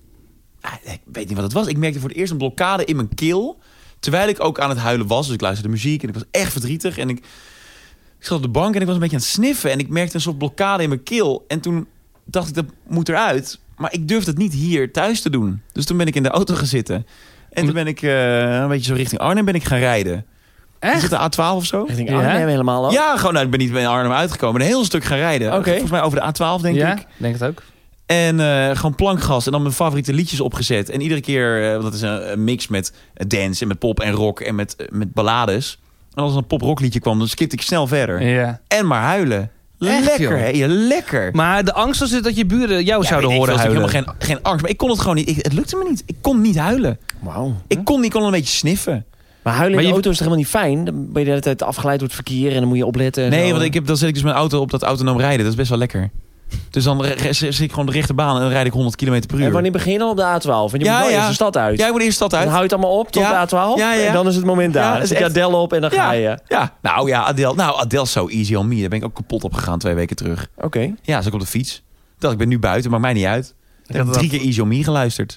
ik weet niet wat het was. Ik merkte voor het eerst een blokkade in mijn keel. Terwijl ik ook aan het huilen was. Dus ik luisterde muziek en ik was echt verdrietig. En ik zat op de bank en ik was een beetje aan het sniffen. En ik merkte een soort blokkade in mijn keel. En toen dacht ik, dat moet eruit. Maar ik durfde het niet hier thuis te doen. Dus toen ben ik in de auto gaan zitten. En toen ben ik een beetje zo richting Arnhem ben ik gaan rijden. Echt? Is het de A12 of zo? Richting Arnhem helemaal al? Ja, gewoon, ik ben niet bij Arnhem uitgekomen. Een heel stuk gaan rijden. Oké. Volgens mij over de A12, denk ik. denk het ook. En gewoon plankgas en dan mijn favoriete liedjes opgezet. En iedere keer, dat is een mix met dance en met pop en rock en met ballades. En als een pop-rock liedje kwam, dan skipte ik snel verder. Ja. En maar huilen. Echt, Lekker, joh? hè? Ja, lekker. Maar de angst was het dat je buren jou zouden weet ik horen veel, huilen. Ik helemaal geen angst. Maar ik kon het gewoon niet. Het lukte me niet. Ik kon niet huilen. Wauw. Ik kon een beetje sniffen. Maar huilen Maar in de je- auto is toch helemaal niet fijn? Dan ben je de hele tijd afgeleid door het verkeer en dan moet je opletten. En Nee, zo. want dan zet ik dus mijn auto op dat autonoom rijden. Dat is best wel lekker. Dus dan zit ik gewoon de rechte baan en dan rijd ik 100 km per uur. En wanneer begin je dan op de A12? En je moet wel eerst de stad uit. Ja, ik moet eerst de stad uit. Dan hou je het allemaal op tot Ja. de A12. Ja, ja. En dan is het moment daar. Ja, Dan dat is zet je echt- Adele op en dan ga je. Ja. Nou ja, Adele. Nou, Adele is so easy on me. Daar ben ik ook kapot op gegaan 2 weken terug. Oké. Ja, zat ik op de fiets. Ik ben nu buiten, maakt mij niet uit. Ik heb 3 keer Easy on Me geluisterd.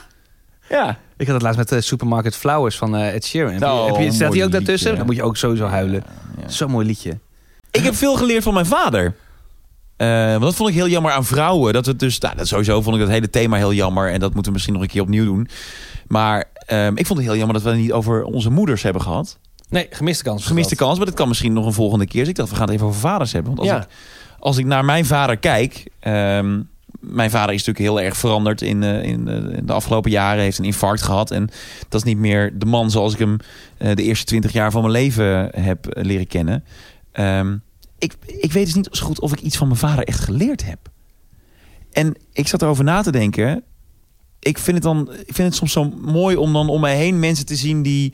Ja. Ik had het laatst met Supermarket Flowers van Ed Sheeran. Oh, Staat die mooi ook daartussen? liedje. Dan moet je ook sowieso huilen. Ja. Zo'n mooi liedje. Ik heb veel geleerd van mijn vader. Want dat vond ik heel jammer aan vrouwen. Dat sowieso vond ik dat hele thema heel jammer. En dat moeten we misschien nog een keer opnieuw doen. Maar ik vond het heel jammer dat we het niet over onze moeders hebben gehad. Nee, gemiste kans. Gemiste kans, maar dat kan misschien nog een volgende keer. Dus ik dacht, we gaan het even over vaders hebben. Want als ik naar mijn vader kijk... mijn vader is natuurlijk heel erg veranderd in de afgelopen jaren. Hij heeft een infarct gehad. En dat is niet meer de man zoals ik hem de eerste 20 jaar van mijn leven heb leren kennen. Ik weet dus niet zo goed of ik iets van mijn vader echt geleerd heb. En ik zat erover na te denken. Ik vind het soms zo mooi om dan om mij heen mensen te zien die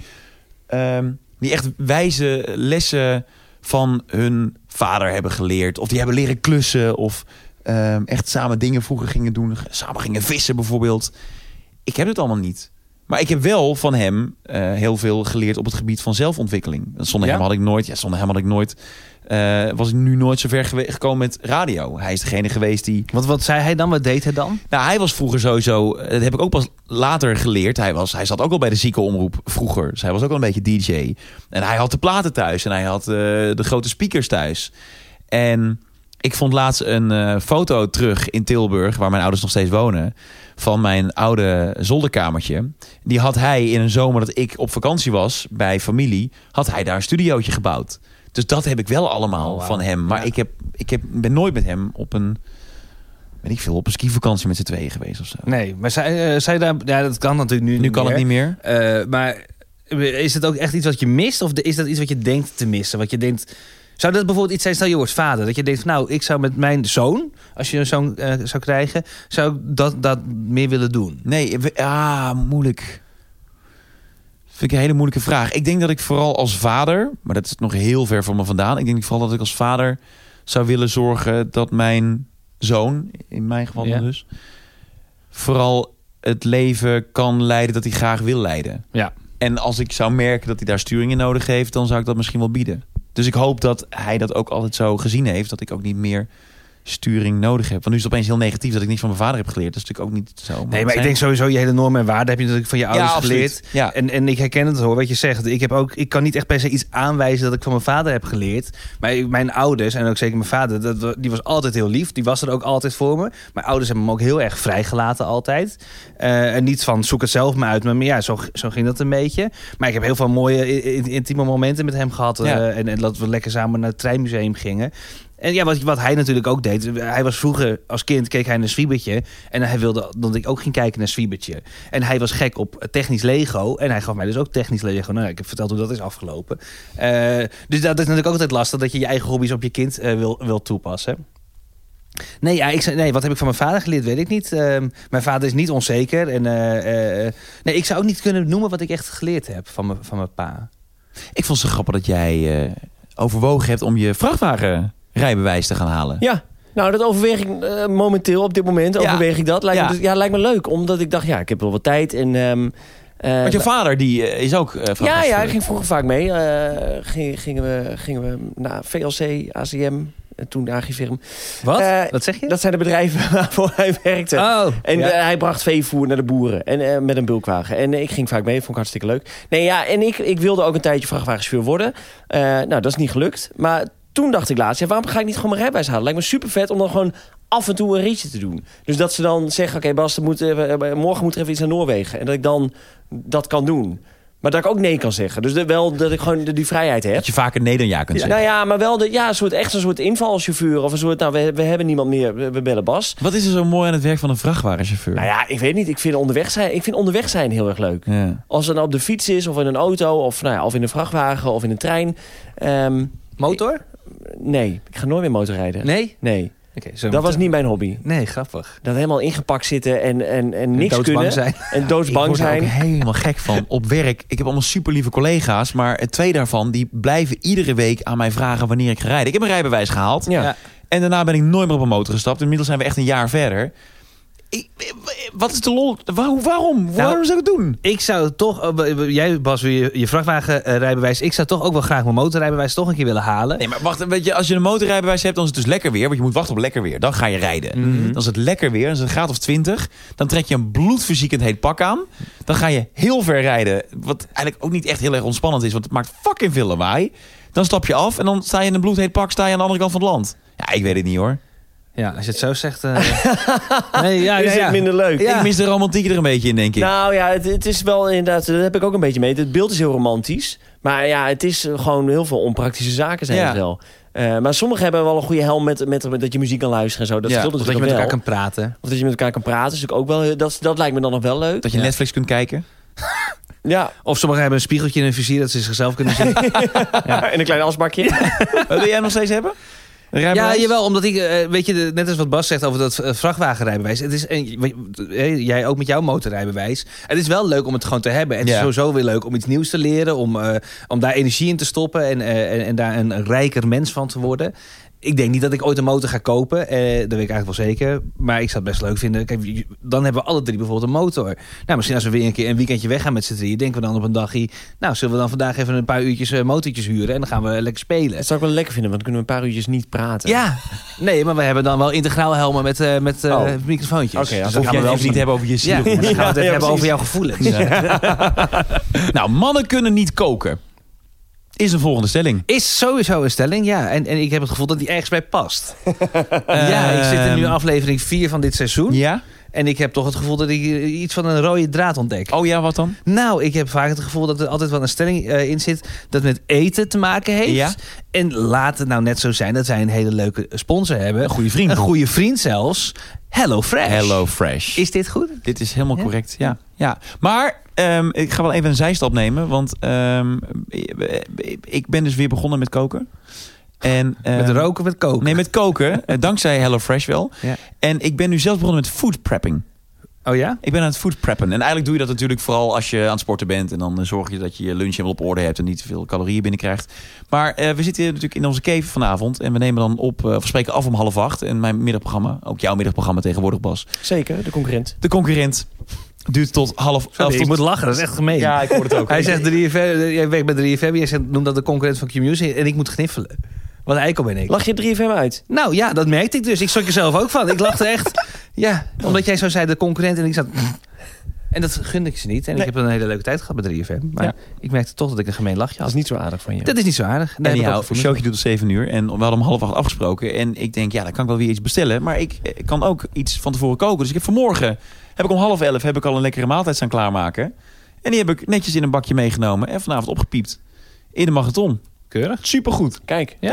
echt wijze lessen van hun vader hebben geleerd. Of die hebben leren klussen. Of echt samen dingen vroeger gingen doen. Samen gingen vissen bijvoorbeeld. Ik heb het allemaal niet. Maar ik heb wel van hem heel veel geleerd op het gebied van zelfontwikkeling. Zonder hem had ik nooit... was ik nu nooit zo ver gekomen met radio. Hij is degene geweest die... Wat zei hij dan? Wat deed hij dan? Nou, hij was vroeger sowieso... Dat heb ik ook pas later geleerd. Hij zat ook al bij de ziekenomroep vroeger. Dus hij was ook al een beetje DJ. En hij had de platen thuis. En hij had de grote speakers thuis. En ik vond laatst een foto terug in Tilburg... waar mijn ouders nog steeds wonen... van mijn oude zolderkamertje. Die had hij in een zomer dat ik op vakantie was... bij familie, had hij daar een studiootje gebouwd. Dus dat heb ik wel allemaal van hem. Maar ik ben nooit met hem op een skivakantie met z'n tweeën geweest of zo. Nee, maar zij daar... Ja, dat kan natuurlijk nu Nu kan het niet meer. Maar is het ook echt iets wat je mist? Of is dat iets wat je denkt te missen? Wat je denkt... Zou dat bijvoorbeeld iets zijn, stel je wordt vader... dat je denkt, nou, ik zou met mijn zoon... als je een zoon zou krijgen... zou ik dat meer willen doen? Nee, moeilijk. Vind ik een hele moeilijke vraag. Ik denk dat ik vooral als vader... maar dat is nog heel ver van me vandaan... ik denk vooral dat ik als vader zou willen zorgen... dat mijn zoon, in mijn geval dus... vooral het leven kan leiden dat hij graag wil leiden. Ja. En als ik zou merken dat hij daar sturing in nodig heeft... dan zou ik dat misschien wel bieden. Dus ik hoop dat hij dat ook altijd zo gezien heeft... dat ik ook niet meer sturing nodig heb. Want nu is het opeens heel negatief dat ik niks van mijn vader heb geleerd. Dat is natuurlijk ook niet zo. Nee, maar ik denk sowieso je hele normen en waarden heb je natuurlijk van je ouders geleerd. Ja. En ik herken het hoor, wat je zegt. Ik kan niet echt per se iets aanwijzen dat ik van mijn vader heb geleerd. Maar mijn ouders, en ook zeker mijn vader, die was altijd heel lief. Die was er ook altijd voor me. Mijn ouders hebben me ook heel erg vrijgelaten altijd. En niet van zoek het zelf maar uit. Maar ja, zo ging dat een beetje. Maar ik heb heel veel mooie intieme momenten met hem gehad. En dat we lekker samen naar het treinmuseum gingen. En ja, wat hij natuurlijk ook deed. Hij was vroeger als kind, keek hij naar Swiebertje. En hij wilde dat ik ook ging kijken naar Swiebertje. En hij was gek op technisch Lego. En hij gaf mij dus ook technisch Lego. Nou, ik heb verteld hoe dat is afgelopen. Dus dat is natuurlijk ook altijd lastig. Dat je je eigen hobby's op je kind wil toepassen. Nee, wat heb ik van mijn vader geleerd, weet ik niet. Mijn vader is niet onzeker. En, ik zou ook niet kunnen noemen wat ik echt geleerd heb van mijn pa. Ik vond het zo grappig dat jij overwogen hebt om je vrachtwagenrijbewijs te gaan halen. Ja, nou dat overweeg ik momenteel op dit moment. Overweeg ik dat. Lijkt me leuk, omdat ik dacht, ik heb wel wat tijd. En, want je vader die is ook vrachtwagenchauffeur. Ja, hij ging vroeger vaak mee. Gingen we naar VLC, ACM... En toen de Agifirm. Wat? Wat zeg je? Dat zijn de bedrijven waarvoor hij werkte. Oh, en hij bracht veevoer naar de boeren. En met een bulkwagen. En ik ging vaak mee. Vond ik hartstikke leuk. En ik wilde ook een tijdje vrachtwagenchauffeur worden. Dat is niet gelukt. Maar toen dacht ik laatst, waarom ga ik niet gewoon mijn rijbewijs halen? Lijkt me super vet om dan gewoon af en toe een ritje te doen. Dus dat ze dan zeggen, oké, Bas, morgen moet er even iets naar Noorwegen. En dat ik dan dat kan doen. Maar dat ik ook nee kan zeggen. Dus wel dat ik gewoon die vrijheid heb. Dat je vaker nee dan ja kunt zeggen. Nou ja, maar wel echt een soort invalchauffeur. Of een soort, we hebben niemand meer, we bellen Bas. Wat is er zo mooi aan het werk van een vrachtwagenchauffeur? Nou ja, ik weet niet. Ik vind onderweg zijn heel erg leuk. Ja. Als het nou op de fiets is, of in een auto, of in een vrachtwagen, of in een trein. Motor? Nee, ik ga nooit meer motorrijden. Nee? Okay, dat was niet mijn hobby. Nee, grappig. Dat helemaal ingepakt zitten en niks kunnen. Zijn. En doodsbang zijn. Ik word er ook helemaal gek van. Op werk, ik heb allemaal super lieve collega's. Maar 2 daarvan, die blijven iedere week aan mij vragen wanneer ik ga rijden. Ik heb een rijbewijs gehaald. Ja. En daarna ben ik nooit meer op een motor gestapt. Inmiddels zijn we echt een jaar verder. Wat is de lol? Waarom zou ik het doen? Ik zou toch... Jij, Bas, je vrachtwagenrijbewijs. Ik zou toch ook wel graag mijn motorrijbewijs toch een keer willen halen. Nee, maar wacht, weet je, als je een motorrijbewijs hebt, dan is het dus lekker weer. Want je moet wachten op lekker weer. Dan ga je rijden. Mm-hmm. Dan is het lekker weer. Dan is het een graad of 20. Dan trek je een bloedverziekend heet pak aan. Dan ga je heel ver rijden. Wat eigenlijk ook niet echt heel erg ontspannend is. Want het maakt fucking veel lawaai. Dan stap je af en dan sta je in een bloedheet pak. Sta je aan de andere kant van het land. Ja, ik weet het niet hoor. Ja, als je het zo zegt... Is het minder leuk? Ja. Ik mis de romantiek er een beetje in, denk ik. Nou ja, het is wel inderdaad... Dat heb ik ook een beetje mee. Het beeld is heel romantisch. Maar ja, het is gewoon heel veel onpraktische zaken zijn het wel. Maar sommigen hebben wel een goede helm met dat je muziek kan luisteren en zo. Dat of dat je met elkaar kan praten. Of dat je met elkaar kan praten. Is ook wel, dat lijkt me dan nog wel leuk. Dat je Netflix kunt kijken. Ja. Of sommigen hebben een spiegeltje in hun vizier dat ze zichzelf kunnen zien. In een klein asbakje. Wat wil jij nog steeds hebben? Ja, jawel, omdat ik, weet je, net als wat Bas zegt over dat vrachtwagenrijbewijs. Het is, jij ook met jouw motorrijbewijs. Het is wel leuk om het gewoon te hebben. Het is sowieso weer leuk om iets nieuws te leren. Om daar energie in te stoppen en daar een rijker mens van te worden. Ik denk niet dat ik ooit een motor ga kopen. Dat weet ik eigenlijk wel zeker. Maar ik zou het best leuk vinden. Kijk, dan hebben we alle 3 bijvoorbeeld een motor. Nou, misschien als we weer een keer een weekendje weggaan met z'n 3... denken we dan op een dagje... Nou, zullen we dan vandaag even een paar uurtjes motortjes huren... en dan gaan we lekker spelen. Dat zou ik wel lekker vinden, want dan kunnen we een paar uurtjes niet praten. Ja, nee, maar we hebben dan wel integraal helmen met microfoontjes. Oké, dus dan gaan we wel even niet hebben over je ziel. Ja, dan gaan we het even hebben over jouw gevoelens. Ja. Nou, mannen kunnen niet koken. Is een volgende stelling. Is sowieso een stelling, ja. En ik heb het gevoel dat die ergens bij past. Ja, ik zit in nu aflevering 4 van dit seizoen. Ja? En ik heb toch het gevoel dat ik iets van een rode draad ontdek. Oh ja, wat dan? Nou, ik heb vaak het gevoel dat er altijd wel een stelling in zit... dat met eten te maken heeft. Ja? En laat het nou net zo zijn dat zij een hele leuke sponsor hebben. Een goede vriend. Een goede vriend zelfs. HelloFresh. HelloFresh. Is dit goed? Dit is helemaal correct, ja. Maar ik ga wel even een zijstap nemen. Want ik ben dus weer begonnen met koken. En, met roken, met koken? Nee, met koken. Dankzij HelloFresh wel. Ja. En ik ben nu zelf begonnen met food prepping. Oh ja? Ik ben aan het food preppen. En eigenlijk doe je dat natuurlijk vooral als je aan het sporten bent. En dan zorg je dat je je lunch helemaal op orde hebt en niet te veel calorieën binnenkrijgt. Maar we zitten natuurlijk in onze cave vanavond. En we nemen dan op, we spreken af om 7:30. En mijn middagprogramma, ook jouw middagprogramma tegenwoordig, Bas. Zeker, de concurrent. De concurrent duurt tot 11:30. Ik moet lachen, dat is echt gemeen. Ja, ik hoor het ook. Hij zegt 3FM, jij werkt bij 3FM, jij noemt dat de concurrent van Q-Music en ik moet gniffelen. Wat eikel ben ik. Lach je 3FM uit? Nou ja, dat merkte ik dus. Ik schrok er zelf ook van. Ik lachte echt. Ja, omdat jij zo zei de concurrent en ik zat... En dat gunde ik ze niet. En ik heb een hele leuke tijd gehad bij 3FM. Maar ik merkte toch dat ik een gemeen lachje had. Dat is niet zo aardig van je. Dat is niet zo aardig. En jouw showtje doet tot 7 uur. En we hadden om 7:30 afgesproken. En ik denk, dan kan ik wel weer iets bestellen. Maar ik kan ook iets van tevoren koken. Dus ik heb vanmorgen, om 10:30 heb ik al een lekkere maaltijd staan klaarmaken. En die heb ik netjes in een bakje meegenomen. En vanavond opgepiept. In de marathon. Keurig. Supergoed. Kijk. Ja.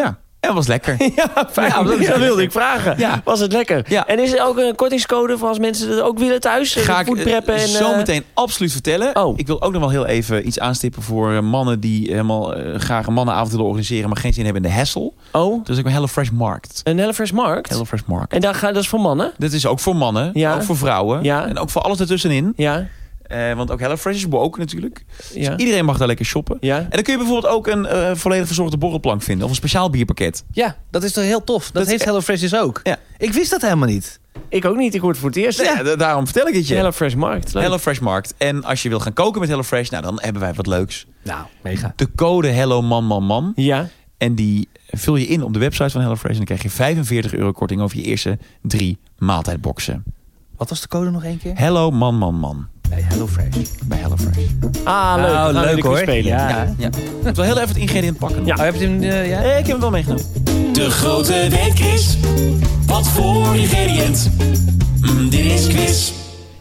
En was lekker. Ja, fijn. Ja, dat wilde ik vragen. Ja. Was het lekker? Ja. En is er ook een kortingscode voor als mensen het ook willen thuis? Ga ik foodpreppen en zo meteen absoluut vertellen. Oh. Ik wil ook nog wel heel even iets aanstippen voor mannen die helemaal graag een mannenavond willen organiseren, maar geen zin hebben in de hassle. Oh, Dus ik ben HelloFresh Markt. een HelloFresh Markt? HelloFresh Markt. En dat is voor mannen? Dat is ook voor mannen, Ja. ook voor vrouwen Ja. en ook voor alles ertussenin. Ja. Want ook HelloFresh is woke natuurlijk. Ja. Dus iedereen mag daar lekker shoppen. Ja. En dan kun je bijvoorbeeld ook een volledig verzorgde borrelplank vinden. Of een speciaal bierpakket. Ja, dat is toch heel tof. Dat heeft HelloFresh dus ook. Ja. Ik wist dat helemaal niet. Ik ook niet. Ik hoor het voor het eerst. Ja, daarom vertel ik het je. HelloFresh Markt. Leuk. HelloFresh Markt. En als je wil gaan koken met HelloFresh, nou dan hebben wij wat leuks. Nou, mega. De code HelloManManMan. Ja. En die vul je in op de website van HelloFresh. En dan krijg je €45 korting over je eerste 3 maaltijdboxen. Wat was de code nog één keer? HelloManManMan. Bij HelloFresh. Bij HelloFresh. Ah, leuk. Nou, Dan gaan we leuk, weer hoor. spelen. Ja. Ja. Ik wil heel even het ingrediënt pakken. Ja. Oh, heb je hem? Ja? Ik heb hem wel meegenomen. De grote weetquiz. Wat voor ingrediënt? Dit is quiz.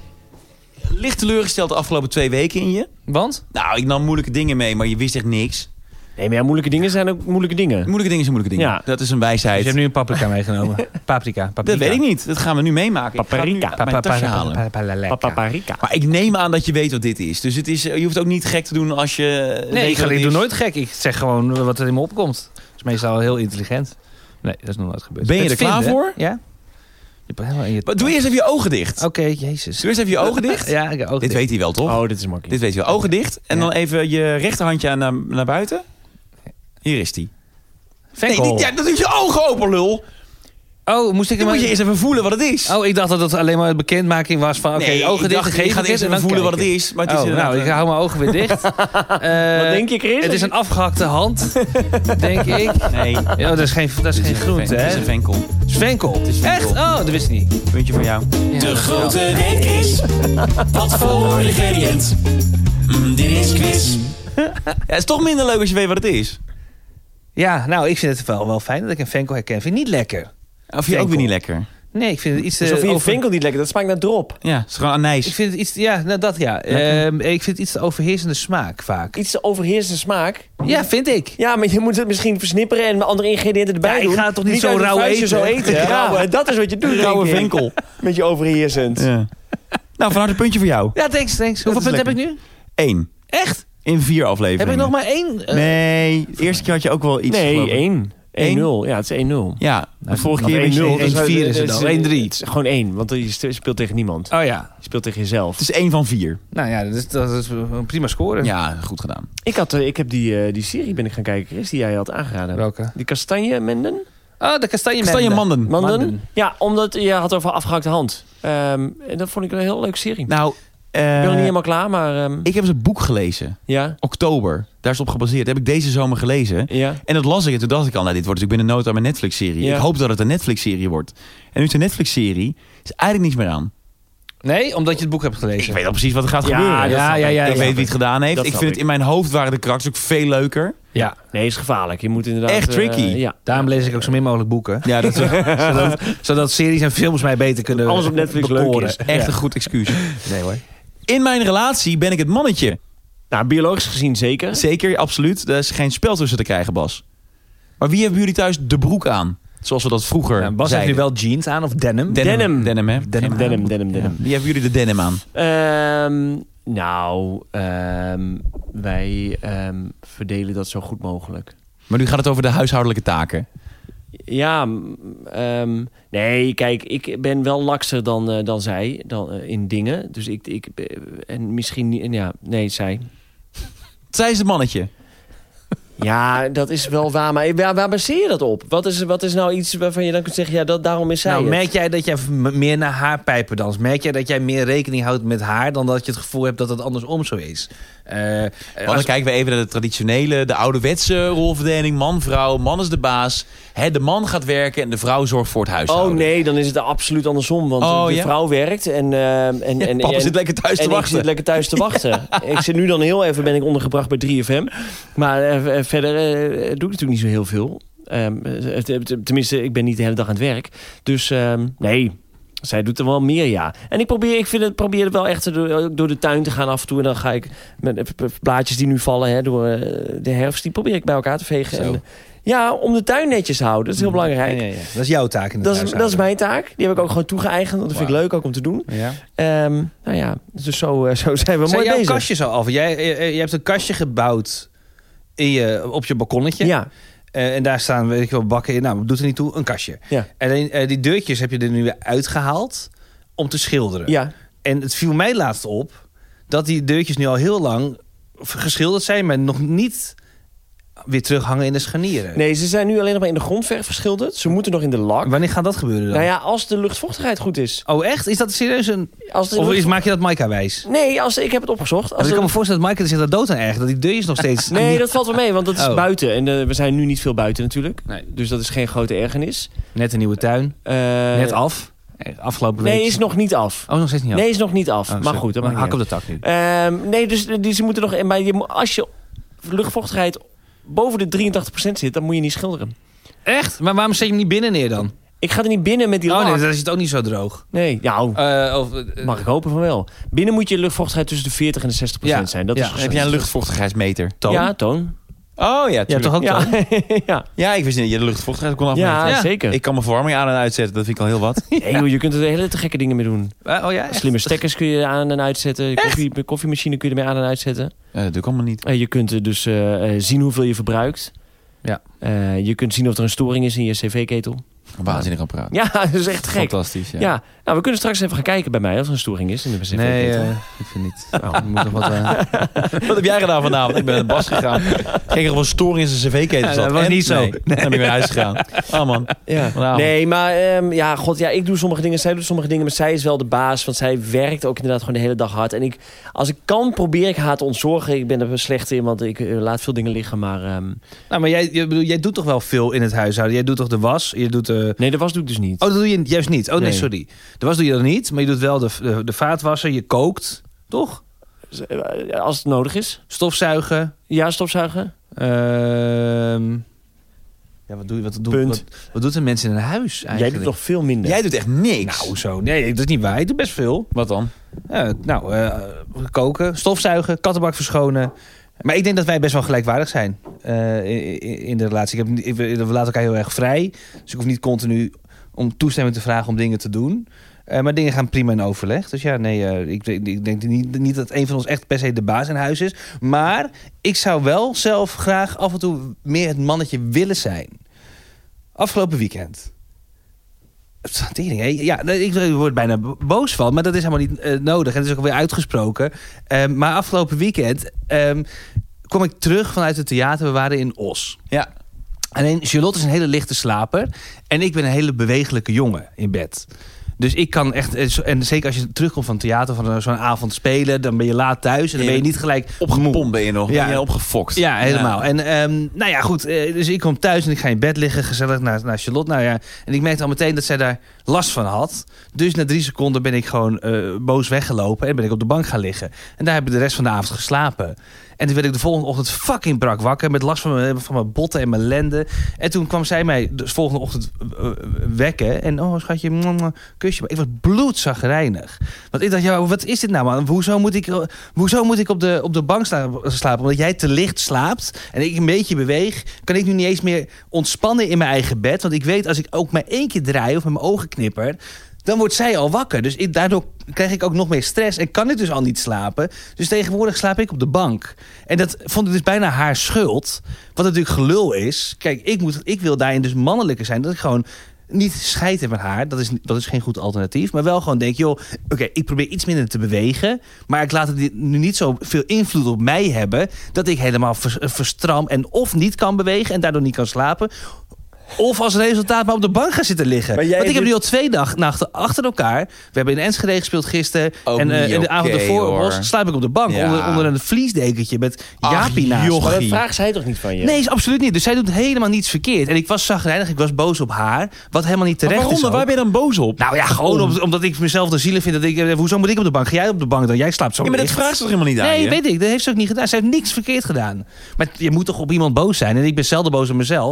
Licht teleurgesteld de afgelopen 2 weken in je. Want? Nou, ik nam moeilijke dingen mee, maar je wist echt niks. Nee, maar ja, moeilijke dingen zijn ook moeilijke dingen. Moeilijke dingen zijn moeilijke dingen. Ja. Dat is een Dus wijsheid. je hebt nu een paprika meegenomen. Paprika. Dat weet ik niet. Dat gaan we nu meemaken. Paprika. Ik ga nu mijn tasje halen. Paprika. Maar ik neem aan dat je weet wat dit is. Dus het is, je hoeft ook niet gek te doen als je... Nee, weet wat het ik doe is. nooit gek. Ik zeg gewoon wat er in me opkomt. Dat is meestal heel intelligent. Nee, dat is nog nooit gebeurd. Ben je Het er klaar vinden, voor? Ja. Je hebt helemaal in je... Maar doe eerst even je ogen dicht. Oké, jezus. Doe eerst even je ogen dicht. Ja, ik heb ogen Dit dicht. weet hij wel, toch? Oh, dit is makkelijk. Dit weet hij wel. Ogen dicht. En Ja. dan even je rechterhandje naar buiten. Hier is die. Venkel. Nee, ja, dat doe je ogen open, lul. Oh, moest ik Dan hem... moet je eerst even voelen wat het is. Oh, ik dacht dat het alleen maar een bekendmaking was van... Oké, Nee, ogen ik dicht. dacht, geef je gaat het eerst en even dan voelen wat het kijken. is. Maar het is Oh, inderdaad, nou, ik hou mijn ogen weer dicht. Wat denk je, Chris? Het is een afgehakte hand, denk ik. Nee, Ja, dat is geen groente, Het is hè? een venkel. Het is venkel. is venkel. Echt? Oh, dat wist ik niet. Puntje voor jou. De grote weetquiz. Wat voor ingrediënt? Dit is quiz. Ja, het is toch minder leuk als je weet wat het is. Ja, nou, ik vind het wel fijn dat ik een venkel herken. Vind ik niet lekker. Of vind je ook weer niet lekker? Nee, ik vind het iets... Alsof je je venkel niet lekker. Dat smaakt naar drop. Ja, het is gewoon anijs. Ik vind het iets... Ja, nou, dat ja. Ik vind het iets te overheersende smaak vaak. Iets overheersende smaak. Ja, vind ik. Ja, maar je moet het misschien versnipperen en andere ingrediënten erbij Ja, ik doen. ga het toch niet zo uit het rauw vuistje eten? Zo eten. Ja. Rauwe, dat is wat je doet. Rauwe denk ik. venkel. Met je overheersend. Ja. Nou, van harte een puntje voor jou. Ja, thanks. Hoeveel is punten heb ik lekker. nu? 1. Echt? In 4 afleveringen. Heb ik nog maar 1? Nee, de eerste keer had je ook wel iets. geloof Nee, ik. 1. 1-0. Ja, het is 1-0. Ja, de vorige Of keer 1-0, was je- dus 1-4 is het dan. 1-3. Het is gewoon 1, want je speelt tegen niemand. Oh ja. Je speelt tegen jezelf. Het is 1 van 4. Nou ja, dat is een prima score. Ja, goed gedaan. Ik heb die serie ben ik gaan kijken, Chris, die jij had aangeraden. Welke? Die Kastanje-menden? Oh, de Kastanjemanden. Manden? Ja, omdat je had over afgehakte hand. En dat vond ik een heel leuke serie. Nou, ik ben nog niet helemaal klaar, maar... ik heb eens een boek gelezen. ja, Oktober. Daar is het op gebaseerd. Dat heb ik deze zomer gelezen. ja. En dat las ik en toen dacht ik al, nou, dit wordt natuurlijk binnen no time een Netflix-serie. Ja. Ik hoop dat het een Netflix-serie wordt. En nu is een Netflix-serie, is eigenlijk niets meer aan. Nee, omdat je het boek hebt gelezen. Ik weet al precies wat er gaat Ja, gebeuren. dat snap ik. Ik weet wie het gedaan heeft. Dat Ik snap vind het ik. in mijn hoofd waren de karakters ook veel leuker. Ja, Nee, is gevaarlijk. Je moet inderdaad... Echt tricky. ja. daarom lees ik ook zo min mogelijk boeken. Ja, dat is Zodat series en films mij beter kunnen Alles op Netflix bekoren. leuk is. echt een goed excuus. Nee hoor. In mijn relatie ben ik het mannetje. Nou, biologisch gezien zeker. Zeker, absoluut. Er is geen spel tussen te krijgen, Bas. Maar wie hebben jullie thuis de broek aan? Zoals we dat vroeger Ja, Bas heeft zeiden. nu wel jeans aan of denim. Denim. Denim, hè? Denim. Wie hebben jullie de denim aan? Wij verdelen dat zo goed mogelijk. Maar nu gaat het over de huishoudelijke taken. Ja, nee, kijk, ik ben wel lakser dan zij in dingen. Dus en misschien niet, ja, nee, zij. Zij is het mannetje. Ja, dat is wel waar, maar waar baseer je dat op? Wat is nou iets waarvan je dan kunt zeggen, ja, daarom is zij Nou, het? merk jij dat jij meer naar haar pijpen danst? Merk jij dat jij meer rekening houdt met haar dan dat je het gevoel hebt dat het andersom zo is? Want dan kijken we even naar de traditionele, de ouderwetse rolverdeling. Man, vrouw, man is de baas. De man gaat werken en de vrouw zorgt voor het huishouden. Oh nee, dan is het absoluut andersom. Want de vrouw werkt en Papa zit lekker thuis te en wachten. ik zit lekker thuis te wachten. Ik zit nu dan heel even, ben ik ondergebracht bij 3FM. Maar verder doe ik natuurlijk niet zo heel veel. Tenminste, ik ben niet de hele dag aan het werk. Dus nee, zij doet er wel meer, ja. En ik probeer het wel echt door de tuin te gaan af en toe. En dan ga ik met blaadjes die nu vallen door de herfst, die probeer ik bij elkaar te vegen. Zo. En, Ja, om de tuin netjes te houden. Dat is heel belangrijk. Ja. Dat is jouw taak in het huishouden. Dat is mijn taak. Die heb ik ook gewoon toegeëigend. Want dat vind ik leuk ook om te doen. Ja. Dus zo zijn we mooi bezig. Kastje zo af? Jij hebt een kastje gebouwd op je balkonnetje. Ja. En daar staan, weet ik wel, bakken in. Nou, doet er niet toe, een kastje. Ja. En die deurtjes heb je er nu weer uitgehaald om te schilderen. Ja. En het viel mij laatst op dat die deurtjes nu al heel lang geschilderd zijn, maar nog niet weer terughangen in de scharnieren. Nee, ze zijn nu alleen nog maar in de grondverf verschilderd. Ze moeten nog in de lak. Wanneer gaat dat gebeuren dan? Nou ja, als de luchtvochtigheid goed is. Oh, echt? Is dat serieus maak je dat Maaika wijs? Nee, ik heb het opgezocht. Ik kan me voorstellen dat Maaika zich daar dood aan ergert. Dat die deurtjes nog steeds... Nee, dat valt wel mee, want dat is buiten. En we zijn nu niet veel buiten natuurlijk. Nee. Dus dat is geen grote ergernis. Net een nieuwe tuin. Net af. Afgelopen week. Nee, is nog niet af. Oh, nog steeds niet af? Nee, is nog niet af. Maar goed, dat hak op de tak nu. Nee, dus ze moeten nog... Maar als je luchtvochtigheid boven de 83% zit, dan moet je niet schilderen. Echt? Maar waarom zet je hem niet binnen neer dan? Ik ga er niet binnen met die lak. Nee, dan is het ook niet zo droog. Nee, mag ik hopen van wel. Binnen moet je luchtvochtigheid tussen de 40 en de 60% zijn. Dat is heb jij een luchtvochtigheidsmeter? Toon? Ja, Toon. Oh ja, ja, toch ook ja. Ja, ik wist niet dat je de luchtvochtigheid kon afmeten. Ja, zeker. Ik kan mijn verwarming aan en uitzetten, dat vind ik al heel wat. Nee, joh, je kunt er hele te gekke dingen mee doen. Oh ja, slimme stekkers kun je aan en uitzetten. Koffiemachine kun je ermee aan en uitzetten. Dat doe ik allemaal niet. Je kunt dus zien hoeveel je verbruikt. Ja. Je kunt zien of er een storing is in je cv-ketel. Waanzinnig apparaat. Ja, dat is echt gek. Fantastisch, ja. Nou, we kunnen straks even gaan kijken bij mij of er een storing is in de cv-ketel. Nee, ik vind niet. Moet nog wat heb jij gedaan vanavond? Ik ben naar de bas gegaan. Ging er wel storing in zijn cv-ketel. Dat was niet zo. Nee. Dan ben ik naar huis gegaan. Oh man. Ja. Nee, maar ik doe sommige dingen. Zij doet sommige dingen. Maar zij is wel de baas. Want zij werkt ook inderdaad gewoon de hele dag hard. En als ik kan, probeer ik haar te ontzorgen. Ik ben er slecht in, want ik laat veel dingen liggen. Maar, maar jij doet toch wel veel in het huishouden? Jij doet toch de was? Je doet Nee, de was doe ik dus niet. Oh, dat doe je juist niet? Oh nee, sorry. De was doe je dan niet, maar je doet wel de vaatwasser. Je kookt, toch? Als het nodig is. Stofzuigen. Ja, stofzuigen. Wat doet een mens in een huis eigenlijk? Jij doet toch veel minder? Jij doet echt niks. Nou, zo. Nee, dat is niet waar. Ik doe best veel. Wat dan? Koken, stofzuigen, kattenbak verschonen. Maar ik denk dat wij best wel gelijkwaardig zijn in de relatie. We laten elkaar heel erg vrij. Dus ik hoef niet continu om toestemming te vragen om dingen te doen. Maar dingen gaan prima in overleg. Dus ja, nee, ik denk niet dat een van ons echt per se de baas in huis is. Maar ik zou wel zelf graag af en toe meer het mannetje willen zijn. Afgelopen weekend. Ja, ik word bijna boos van, maar dat is helemaal niet nodig. En het is ook weer uitgesproken. Maar afgelopen weekend kwam ik terug vanuit het theater. We waren in Os. Ja. Alleen Charlotte is een hele lichte slaper. En ik ben een hele bewegelijke jongen in bed. Dus ik kan echt... En zeker als je terugkomt van het theater, van zo'n avond spelen, dan ben je laat thuis en dan ben je niet gelijk opgepompt ben je nog. Ja. Ben je opgefokt. Ja, helemaal. Ja. En goed. Dus ik kom thuis en ik ga in bed liggen, gezellig naar Charlotte. Nou ja, en ik merkte al meteen dat zij daar last van had. Dus na 3 seconden ben ik gewoon boos weggelopen en ben ik op de bank gaan liggen. En daar heb ik de rest van de avond geslapen. En toen werd ik de volgende ochtend fucking brak wakker met last van mijn botten en mijn lenden. En toen kwam zij mij de volgende ochtend wekken. En schatje, kusje. Maar ik was bloedzagrijnig. Want ik dacht, wat is dit nou, man? Hoezo moet ik op de bank slapen? Omdat jij te licht slaapt en ik een beetje beweeg, kan ik nu niet eens meer ontspannen in mijn eigen bed. Want ik weet, als ik ook maar 1 keer draai of met mijn ogen knipper, dan wordt zij al wakker. Dus daardoor krijg ik ook nog meer stress en kan ik dus al niet slapen. Dus tegenwoordig slaap ik op de bank. En dat vond ik dus bijna haar schuld. Wat natuurlijk gelul is. Kijk, ik wil daarin dus mannelijker zijn. Dat ik gewoon niet scheid heb met haar. Dat is geen goed alternatief. Maar wel gewoon denk, oké, ik probeer iets minder te bewegen. Maar ik laat het nu niet zo veel invloed op mij hebben, dat ik helemaal verstram en of niet kan bewegen en daardoor niet kan slapen. Of als resultaat maar op de bank gaan zitten liggen. Want ik heb nu al 2 nachten achter elkaar. We hebben in Enschede gespeeld gisteren. En de avond ervoor slaap ik op de bank. Ja. Onder een vliesdekentje met Jaapie naast. Maar dat vraagt zij toch niet van je? Nee, is absoluut niet. Dus zij doet helemaal niets verkeerd. En ik was chagrijnig, ik was boos op haar. Wat helemaal niet terecht is. Waar ben je dan boos op? Nou ja, gewoon omdat ik mezelf de zielig vind. Hoezo moet ik op de bank? Ga jij op de bank dan? Jij slaapt zo. Ja, maar dat vraagt ze toch helemaal niet aan je? Nee, weet ik. Dat heeft ze ook niet gedaan. Ze heeft niks verkeerd gedaan. Maar je moet toch op iemand boos zijn. En ik ben zelden boos op mezelf.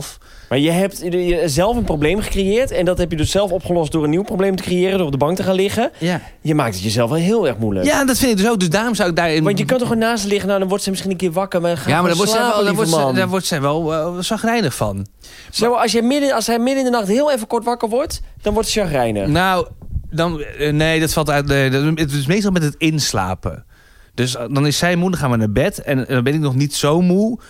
Maar je hebt zelf een probleem gecreëerd... en dat heb je dus zelf opgelost door een nieuw probleem te creëren... door op de bank te gaan liggen. Ja. Je maakt het jezelf wel heel erg moeilijk. Ja, dat vind ik dus ook. Dus daarom zou ik daarin... Want je kan toch gewoon naast liggen... nou, dan wordt ze misschien een keer wakker... maar ja, maar daar wordt zij wel chagrijnig van. Zo, als hij midden in de nacht heel even kort wakker wordt... dan wordt ze chagrijnig. Nou, dan... nee, dat valt uit... het is meestal met het inslapen. Dus dan is zij moe, dan gaan we naar bed. En dan ben ik nog niet zo moe...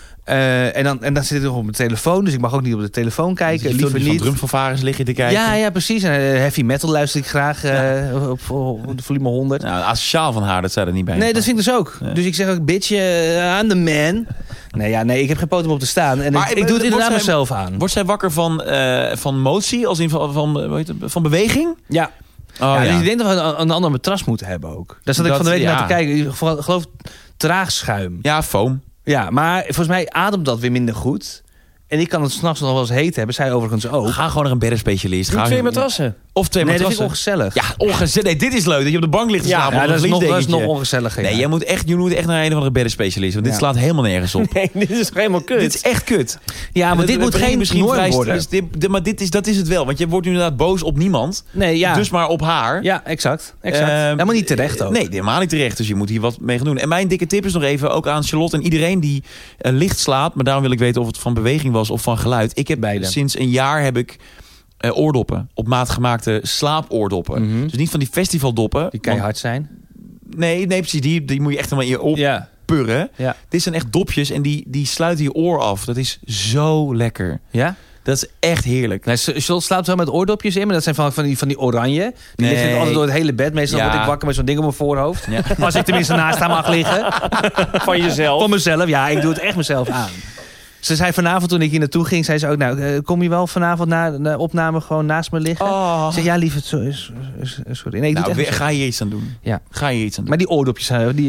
En dan zit ik nog op mijn telefoon, dus ik mag ook niet op de telefoon kijken. Dus liever niet. Van drumfanfares liggen te kijken. Ja, precies. En heavy metal luister ik graag op de volume 100. Nou, asociaal van haar, dat zij er niet bij. Nee, dat vind ik dus ook. Nee. Dus ik zeg ook, bitch, aan de man. Nee, ik heb geen poot om op te staan. En ik doe het inderdaad mezelf aan. Wordt zij wakker van motie, als in van beweging? Ja. Ik denk dat we een ander matras moeten hebben ook. Daar zat ik van de week naar te kijken. Ik geloof traagschuim. Ja, foam. Ja, maar volgens mij ademt dat weer minder goed. En ik kan het 's nachts nog wel eens heet hebben. Zij overigens ook. Ga gewoon naar een beddenspecialist. Doe 2 matrassen. Of 2 matrassen. Nee, dat vind ik ongezellig. Ja, ongezellig. Nee, dit is leuk. Dat je op de bank ligt te slapen. Ja, dat is nog ongezelliger. Nee, je moet echt naar een of andere beddenspecialist. Want dit slaat helemaal nergens op. Nee, dit is helemaal kut. Dit is echt kut. Ja, maar dit moet geen norm worden. Maar dat is het wel. Want je wordt nu inderdaad boos op niemand. Nee, ja. Dus maar op haar. Ja, exact. Helemaal niet terecht ook. Nee, helemaal niet terecht. Dus je moet hier wat mee gaan doen. En mijn dikke tip is nog even, ook aan Charlotte en iedereen die licht slaapt. Maar daarom wil ik weten of het van beweging was of van geluid. Ik heb sinds een jaar heb ik oordoppen. Op maat gemaakte slaapoordoppen. Mm-hmm. Dus niet van die festivaldoppen. Die keihard zijn. Nee, precies. Die moet je echt helemaal in je oppurren. Ja. Dit zijn echt dopjes en die sluiten je oor af. Dat is zo lekker. Ja? Dat is echt heerlijk. Nee, Charlotte slaapt wel met oordopjes in, maar dat zijn van die oranje. Die liggen altijd door het hele bed. Meestal word ik wakker met zo'n ding op mijn voorhoofd. Ja. Als ik tenminste naast haar mag liggen. Van jezelf? Van mezelf, ja. Ik doe het echt mezelf aan. Ze zei vanavond toen ik hier naartoe ging, zei ze ook, nou, kom je wel vanavond na de opname gewoon naast me liggen? Oh. Ik zeg, ja, lieverd, sorry. Nee, ga je iets aan doen. Ja. Ga je iets aan doen. Maar die oordopjes,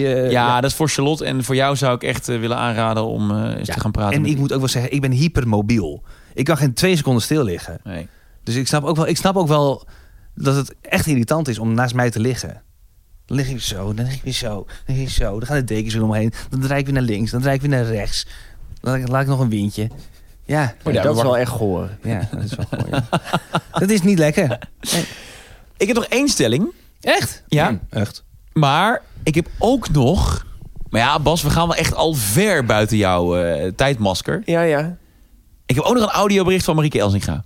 dat is voor Charlotte. En voor jou zou ik echt willen aanraden om eens te gaan praten. En ik moet ook wel zeggen, ik ben hypermobiel. Ik kan geen 2 seconden stil liggen. Nee. Dus ik snap ook wel dat het echt irritant is om naast mij te liggen. Dan lig ik zo, dan lig ik weer zo, dan lig ik zo. Dan gaan de dekens weer omheen. Dan draai ik weer naar links, dan draai ik weer naar rechts. Dan laat ik nog een windje. Ja, dat is wel echt goor. Ja, dat is wel goor. Ja. Dat is niet lekker. Nee. Ik heb nog 1 stelling. Echt? Ja. Echt. Maar ik heb ook nog... Maar ja, Bas, we gaan wel echt al ver buiten jouw tijdmasker. Ja. Ik heb ook nog een audiobericht van Marieke Elsinga.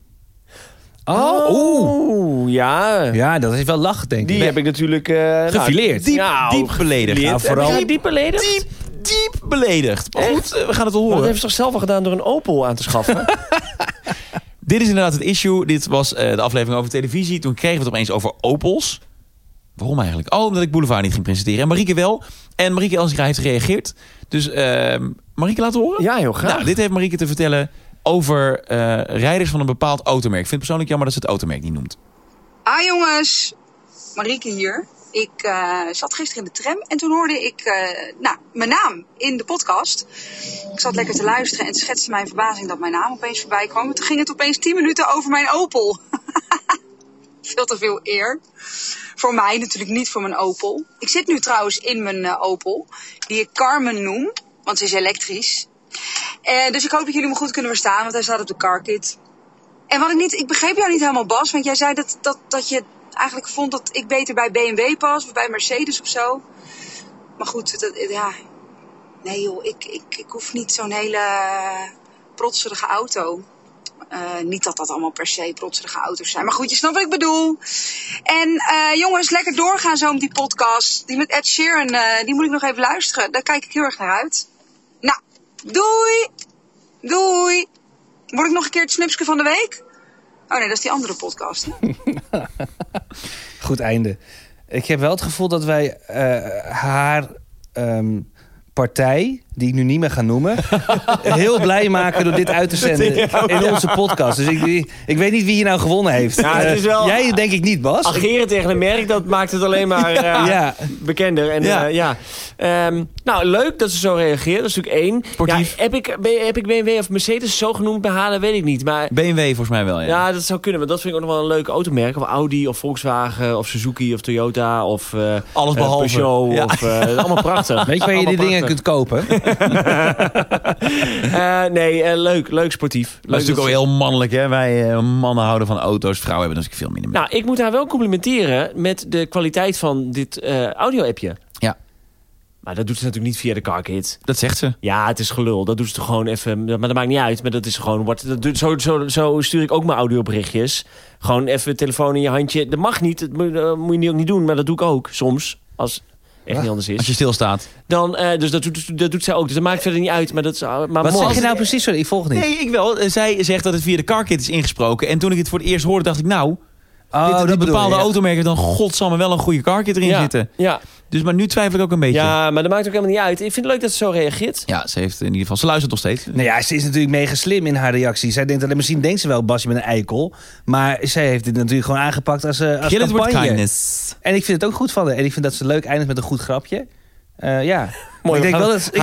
Ja. Ja, dat is wel lachen, denk ik. Die heb ik natuurlijk... gefileerd. Diep beledigd. Ja, vooral diep beledigd? Diep beledigd. Maar goed, we gaan het horen. Maar dat heeft ze toch zelf al gedaan door een Opel aan te schaffen? Dit is inderdaad het issue. Dit was de aflevering over televisie. Toen kregen we het opeens over Opels. Waarom eigenlijk? Omdat ik Boulevard niet ging presenteren. En Marieke wel. En Marieke Elsinga heeft gereageerd. Dus Marieke, laten horen? Ja, heel graag. Nou, dit heeft Marieke te vertellen over rijders van een bepaald automerk. Ik vind het persoonlijk jammer dat ze het automerk niet noemt. Jongens, Marieke hier. Ik zat gisteren in de tram en toen hoorde ik mijn naam in de podcast. Ik zat lekker te luisteren en schetste mijn verbazing dat mijn naam opeens voorbij kwam. En toen ging het opeens 10 minuten over mijn Opel. Veel te veel eer. Voor mij, natuurlijk niet voor mijn Opel. Ik zit nu trouwens in mijn Opel, die ik Carmen noem, want ze is elektrisch. Dus ik hoop dat jullie me goed kunnen verstaan, want hij staat op de carkit. En ik begreep jou niet helemaal, Bas, want jij zei dat je eigenlijk vond dat ik beter bij BMW pas of bij Mercedes of zo. Maar goed, nee joh, ik hoef niet zo'n hele protserige auto. Niet dat allemaal per se protserige auto's zijn. Maar goed, je snapt wat ik bedoel. En jongens, lekker doorgaan zo met die podcast. Die met Ed Sheeran, die moet ik nog even luisteren. Daar kijk ik heel erg naar uit. Nou, doei! Word ik nog een keer het snipske van de week? Oh nee, dat is die andere podcast. Goed einde. Ik heb wel het gevoel dat wij haar partij, die ik nu niet meer ga noemen, heel blij maken door dit uit te zenden in onze podcast. Dus ik weet niet wie hier nou gewonnen heeft. Ja, het is wel, jij denk ik niet, Bas. Ageren tegen een merk, dat maakt het alleen maar bekender. En, nou, leuk dat ze zo reageert. Dat is natuurlijk 1. Sportief. Ja, heb ik BMW of Mercedes zo genoemd bij haar? Dat weet ik niet. Maar BMW volgens mij wel, ja. Ja, dat zou kunnen. Maar dat vind ik ook nog wel een leuke automerk. Of Audi, of Volkswagen, of Suzuki, of Toyota, of alles behalve Peugeot. Ja. Allemaal prachtig. Weet je waar je die dingen kunt kopen? Leuk sportief. Dat is natuurlijk ook heel mannelijk, hè? Wij mannen houden van auto's, vrouwen hebben natuurlijk veel minder mee. Nou, ik moet haar wel complimenteren met de kwaliteit van dit audio-appje. Ja. Maar dat doet ze natuurlijk niet via de CarKit. Dat zegt ze. Ja, het is gelul. Dat doet ze toch gewoon even... Maar dat maakt niet uit. Maar dat is gewoon... Zo stuur ik ook mijn audioberichtjes. Gewoon even telefoon in je handje. Dat mag niet. Dat moet je ook niet doen. Maar dat doe ik ook soms. Als echt niet anders is. Als je stilstaat. Dan, dus dat doet zij ook. Dus dat maakt verder niet uit. Maar dat is, wat zeg je nou precies? Sorry, ik volg het niet. Nee, ik wel. Zij zegt dat het via de CarKit is ingesproken. En toen ik het voor het eerst hoorde, dacht ik... Nou, dit bepaalde automerken dan godsamme wel een goede CarKit erin zitten. Ja. Dus, maar nu twijfel ik ook een beetje. Ja, maar dat maakt ook helemaal niet uit. Ik vind het leuk dat ze zo reageert. Ja, ze heeft in ieder geval... Ze luistert nog steeds. Nou ja, ze is natuurlijk mega slim in haar reactie. Zij denkt dat misschien denkt ze wel, Basje met een eikel. Maar zij heeft dit natuurlijk gewoon aangepakt als campagne. En ik vind het ook goed van haar. En ik vind dat ze leuk eindigt met een goed grapje. Ja. Mooi, ik denk wel dat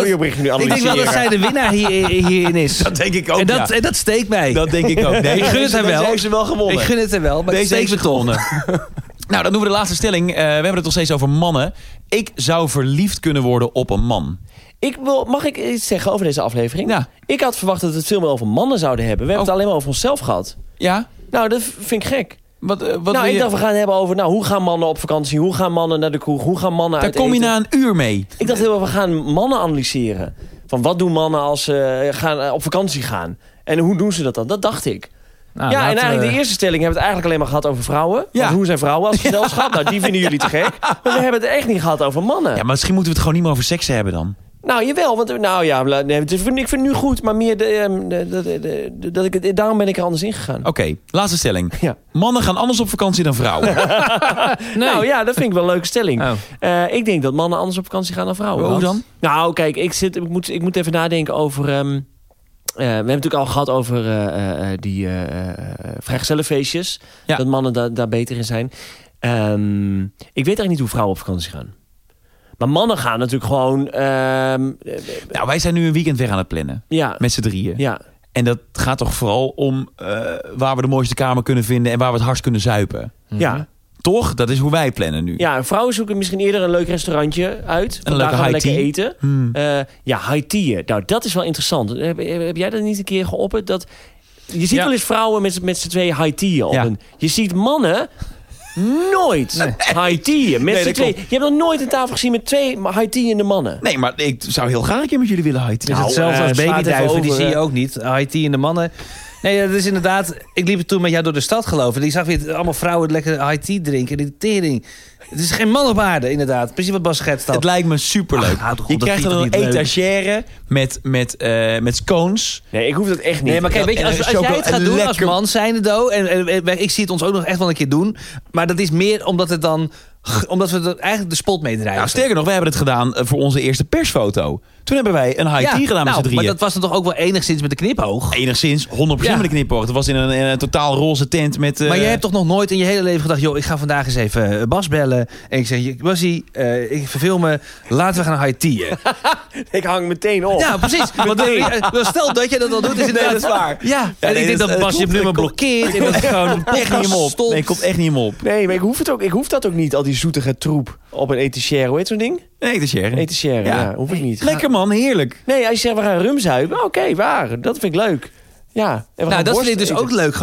zij de winnaar hierin is. Dat denk ik ook, en dat steekt mij. Dat denk ik ook. Nee, ik gun het haar wel. Heeft ze wel gewonnen. Ik gun het haar wel, maar deze heeft ze gewonnen. Nou, dan doen we de laatste stelling. We hebben het nog steeds over mannen. Ik zou verliefd kunnen worden op een man. Mag ik iets zeggen over deze aflevering? Ja. Ik had verwacht dat we het veel meer over mannen zouden hebben. We hebben het alleen maar over onszelf gehad. Ja? Nou, dat vind ik gek. Wat ik dacht, we gaan het hebben over... hoe gaan mannen op vakantie? Hoe gaan mannen naar de kroeg? Hoe gaan mannen uit eten? Daar kom je na een uur mee. Ik dacht, we gaan mannen analyseren. Van wat doen mannen als ze op vakantie gaan? En hoe doen ze dat dan? Dat dacht ik. Nou, en eigenlijk de eerste stelling hebben we het eigenlijk alleen maar gehad over vrouwen. Ja. Hoe zijn vrouwen als gezelschap? Nou, die vinden jullie te gek. Maar we hebben het echt niet gehad over mannen. Ja, maar misschien moeten we het gewoon niet meer over seks hebben dan. Nou, jawel. Want ik vind het nu goed, maar meer daarom ben ik er anders ingegaan. Oké, laatste stelling. Ja. Mannen gaan anders op vakantie dan vrouwen. Nee. Nou ja, dat vind ik wel een leuke stelling. Oh. Ik denk dat mannen anders op vakantie gaan dan vrouwen. Hoe dan? Nou, kijk, ik moet even nadenken over... we hebben natuurlijk al gehad over die vrijgezellenfeestjes. Ja. Dat mannen daar beter in zijn. Ik weet eigenlijk niet hoe vrouwen op vakantie gaan. Maar mannen gaan natuurlijk gewoon... Nou, wij zijn nu een weekend weg aan het plannen. Ja. Met z'n drieën. Ja. En dat gaat toch vooral om waar we de mooiste kamer kunnen vinden... en waar we het hardst kunnen zuipen. Ja. Toch? Dat is hoe wij plannen nu. Ja, vrouwen zoeken misschien eerder een leuk restaurantje uit. Een leuke high tea. Eten. High tea. Nou, dat is wel interessant. Heb jij dat niet een keer geopperd? Dat je ziet wel eens vrouwen met z'n tweeën high tea op. Je ziet mannen... Nooit high tea met z'n tweeën. Je hebt nog nooit een tafel gezien met 2 high tea mannen. Nee, maar ik zou heel graag een keer met jullie willen high tea. Het is hetzelfde als babyduiven, die zie je ook niet. High tea in de mannen. Nee, dat is inderdaad... Ik liep toen met jou door de stad, geloof ik. En ik zag weer allemaal vrouwen lekker high tea drinken. Die tering. Het is geen man op aarde, inderdaad. Precies wat Bas schetst al. Het lijkt me superleuk. Je krijgt dan een etagère met scones. Nee, ik hoef dat echt niet. Nee, maar kijk, weet je, als jij het gaat doen als man zijnde do... En ik zie het ons ook nog echt wel een keer doen. Maar dat is meer omdat we er eigenlijk de spot mee drijven. Nou, sterker nog, wij hebben het gedaan voor onze eerste persfoto. Toen hebben wij een high tea gedaan met z'n drieën. Maar dat was dan toch ook wel enigszins met de knipoog? Enigszins, 100% met de knipoog. Dat was in een totaal roze tent met... Maar je hebt toch nog nooit in je hele leven gedacht... joh, ik ga vandaag eens even Bas bellen. En ik zeg, Basie, ik verveel me. Laten we gaan high teaen. Ik hang meteen op. Ja, precies. Want stel dat je dat al doet, is inderdaad... dat is waar. Ja, en ik denk dat Bas je nummer blokkeert. En dat het gewoon echt niet hem op. Nee, komt echt niet hem op. Nee, maar ik hoef dat ook niet. Al die zoetige troep op een etagère. Hoe heet zo'n ding? Etagère, ja, hoef ik niet. Lekker man, heerlijk. Nee, als je zegt, we gaan rum zuipen. Oké, waar? Dat vind ik leuk. Ja, nou, dat vind ik dus ook leuk.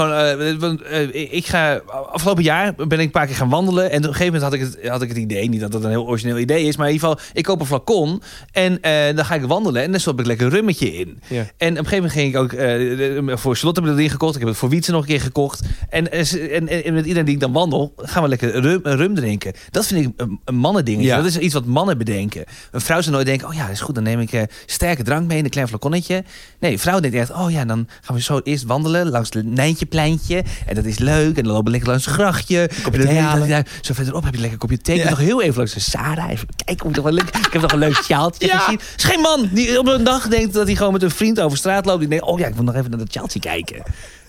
Ik ga afgelopen jaar ben ik een paar keer gaan wandelen. En op een gegeven moment had ik het idee, niet dat het een heel origineel idee is, maar in ieder geval, ik koop een flacon en dan ga ik wandelen en dan stop ik lekker een rummetje in. Ja. En op een gegeven moment ging ik ook voor Charlotte heb ik dat erin gekocht. Ik heb het voor Wietse nog een keer gekocht. En met iedereen die ik dan wandel, gaan we lekker rum drinken. Dat vind ik een mannending. Ja. Dat is iets wat mannen bedenken. Een vrouw zou nooit denken, oh ja, dat is goed, dan neem ik sterke drank mee in een klein flaconnetje. Nee, een vrouw denkt echt, oh ja, dan gaan we zo eerst wandelen langs het Nijntjepleintje. En dat is leuk. En dan lopen we lekker langs het grachtje. Zo verderop heb je lekker een kopje thee. Ja. Nog heel even langs de Sarah. Even kijken, ik heb nog een leuk sjaaltje gezien. Het is geen man die op een dag denkt dat hij gewoon met een vriend over straat loopt. Die denkt, oh ja, ik wil nog even naar dat sjaaltje kijken.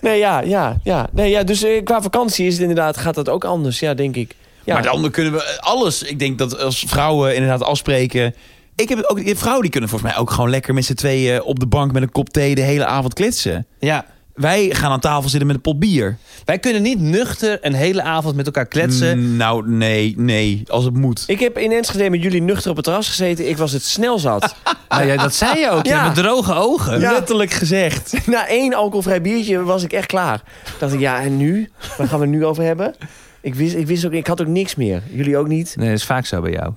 Nee, dus qua vakantie is het inderdaad, gaat dat ook anders. Ja, denk ik. Ja. Maar dan kunnen we alles. Ik denk dat als vrouwen inderdaad afspreken... Ik heb het ook. Vrouwen die kunnen volgens mij ook gewoon lekker met z'n tweeën op de bank met een kop thee de hele avond kletsen. Ja. Wij gaan aan tafel zitten met een pot bier. Wij kunnen niet nuchter een hele avond met elkaar kletsen. Nou, nee, als het moet. Ik heb in Enschede met jullie nuchter op het terras gezeten. Ik was het snel zat. Ja, dat zei je ook. Ja. Met droge ogen. Ja. Letterlijk gezegd. Na 1 alcoholvrij biertje was ik echt klaar. Dacht ik, en nu? Waar gaan we het nu over hebben? Ik wist ook, ik had ook niks meer. Jullie ook niet? Nee, dat is vaak zo bij jou.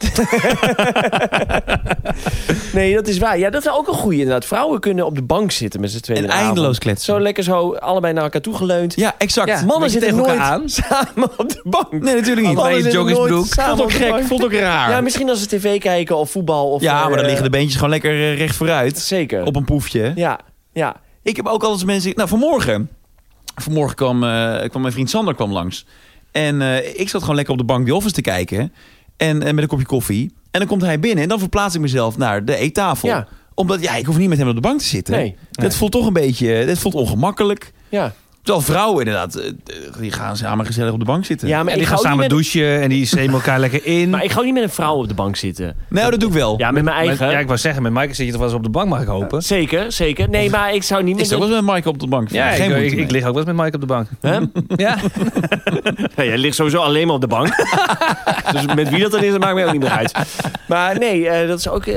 Nee, dat is waar. Ja, dat is ook een goeie inderdaad. Vrouwen kunnen op de bank zitten met z'n tweeën. En eindeloos kletsen. Zo lekker zo, allebei naar elkaar toe geleund. Ja, exact. Ja, mannen zitten nooit aan samen op de bank. Nee, natuurlijk niet. Alleen joggingsbroek. Vond ook gek, vond ook raar. Ja, misschien als ze tv kijken of voetbal. Of, maar dan liggen de beentjes gewoon lekker recht vooruit. Zeker. Op een poefje. Ja. Ik heb ook al eens mensen... Nou, vanmorgen kwam mijn vriend Sander langs. En ik zat gewoon lekker op de bank The Office te kijken. En met een kopje koffie. En dan komt hij binnen en dan verplaats ik mezelf naar de eettafel. Ja. Omdat, ik hoef niet met hem op de bank te zitten. Nee. Dat voelt toch een beetje... Dat voelt ongemakkelijk. Ja. Terwijl vrouwen inderdaad, die gaan samen gezellig op de bank zitten. Ja, maar en die gaan samen douchen en die zemen elkaar lekker in. Maar ik ga ook niet met een vrouw op de bank zitten. Nou, dat doe ik wel. Ja, met mijn eigen. Ik wou zeggen, met Maaike zit je toch wel eens op de bank, mag ik hopen? Zeker. Nee, maar ik zou niet met... Ik zit wel eens met Maaike op de bank. Ja, ik lig ook wel eens met Maaike op de bank. Huh? Ja. Nee, jij ligt sowieso alleen maar op de bank. Dus met wie dat dan is, dat maakt mij ook niet meer uit. Maar nee, dat is ook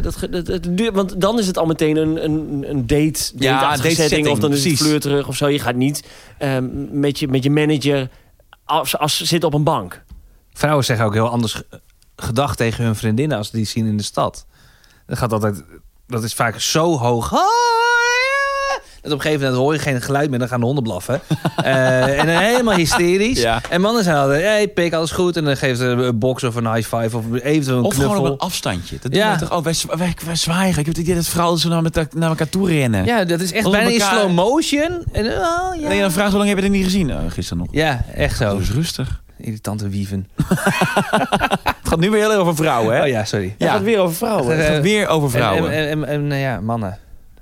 want dan is het al meteen een date setting. Of dan is het flirterig of zo. Je gaat niet met je manager als ze zitten op een bank. Vrouwen zeggen ook heel anders gedag tegen hun vriendinnen als ze die zien in de stad. Dat is vaak zo hoog. Dat op een gegeven moment hoor je geen geluid meer, dan gaan de honden blaffen. En dan helemaal hysterisch. Ja. En mannen zijn altijd, hey pik, alles goed. En dan geeft ze een box of een high five of eventueel een knuffel. Of gewoon op een afstandje. Dat doen wij toch ook. Wij zwaaien. Ik heb het idee dat vrouwen zo naar elkaar toe rennen. Ja, dat is echt bijna in slow motion. En, nee, dan vraag je, hoe lang heb je het niet gezien? Gisteren nog. Ja, echt zo. Dus rustig. Irritante wieven. Het gaat nu weer heel erg over vrouwen, hè? Oh ja, sorry. Het gaat weer over vrouwen. Het gaat weer over vrouwen. En mannen.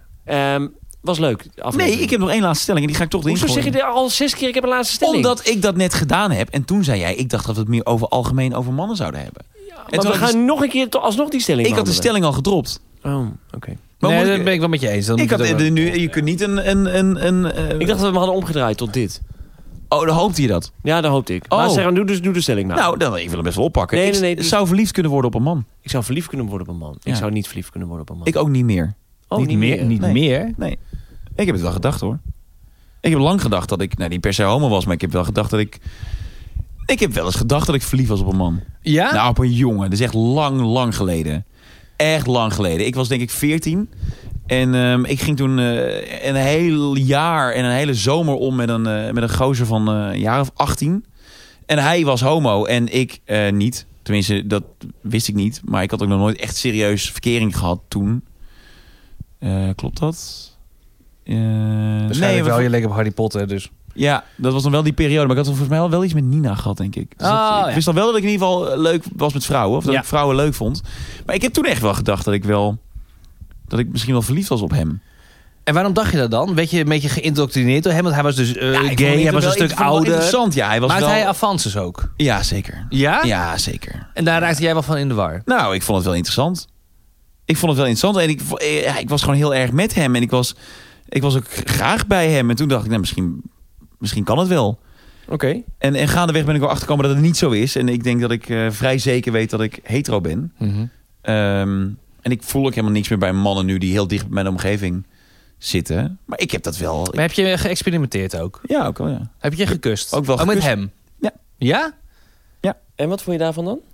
Was leuk. Nee, ik heb nog 1 laatste stelling en die ga ik toch erin. Hoezo zeg je dit al 6 keer? Ik heb een laatste stelling. Omdat ik dat net gedaan heb. En toen zei jij, ik dacht dat we het meer algemeen over mannen zouden hebben. Ja, maar we gaan nog een keer alsnog die stelling Ik had de stelling al gedropt. Oh, oké. Nee, dat ben ik wel met je eens. Je kunt niet Ik dacht dat we hem hadden omgedraaid tot dit. Oh, dan hoopte je dat? Ja, dat hoopte ik. Maar zeg, doe de stelling maar. Nou, ik wil hem best wel oppakken. Nee, ik zou verliefd kunnen worden op een man. Ik zou verliefd kunnen worden op een man. Ja. Ik zou niet verliefd kunnen worden op een man. Ik ook niet meer. Oh, niet meer? Niet meer? Nee. Ik heb het wel gedacht, hoor. Ik heb lang gedacht dat ik... niet per se homo was, maar ik heb wel gedacht dat ik... Ik heb wel eens gedacht dat ik verliefd was op een man. Ja? Nou, op een jongen. Dat is echt lang geleden. Echt lang geleden. Ik was denk ik 14. En ik ging toen een heel jaar en een hele zomer om met een gozer van een jaar of 18. En hij was homo en ik niet. Tenminste, dat wist ik niet. Maar ik had ook nog nooit echt serieus verkering gehad toen. Klopt dat? Nee, wel, je leek op Harry Potter, dus... Ja, dat was dan wel die periode. Maar ik had volgens mij wel iets met Nina gehad, denk ik. Dus ik wist dan wel dat ik in ieder geval leuk was met vrouwen. Of dat ik vrouwen leuk vond. Maar ik heb toen echt wel gedacht dat ik misschien wel verliefd was op hem. En waarom dacht je dat dan? Werd je een beetje geïndoctrineerd door hem? Want hij was dus gay, hij was een stuk ouder. Interessant, ja. Hij was maakte hij avances ook? Ja, zeker. Ja? Ja, zeker. En daar raakte jij wel van in de war? Nou, ik vond het wel interessant. En ik was gewoon heel erg met hem. En ik was ook graag bij hem. En toen dacht ik, nou, misschien kan het wel. Oké. En gaandeweg ben ik wel achtergekomen dat het niet zo is. En ik denk dat ik vrij zeker weet dat ik hetero ben. Mm-hmm. En ik voel ook helemaal niks meer bij mannen nu die heel dicht bij mijn omgeving zitten. Maar ik heb dat wel... Maar heb je geëxperimenteerd ook? Ja, ook wel, ja. Heb je gekust? Ook wel gekust. Met hem? Ja. Ja? Ja. En wat vond je daarvan dan?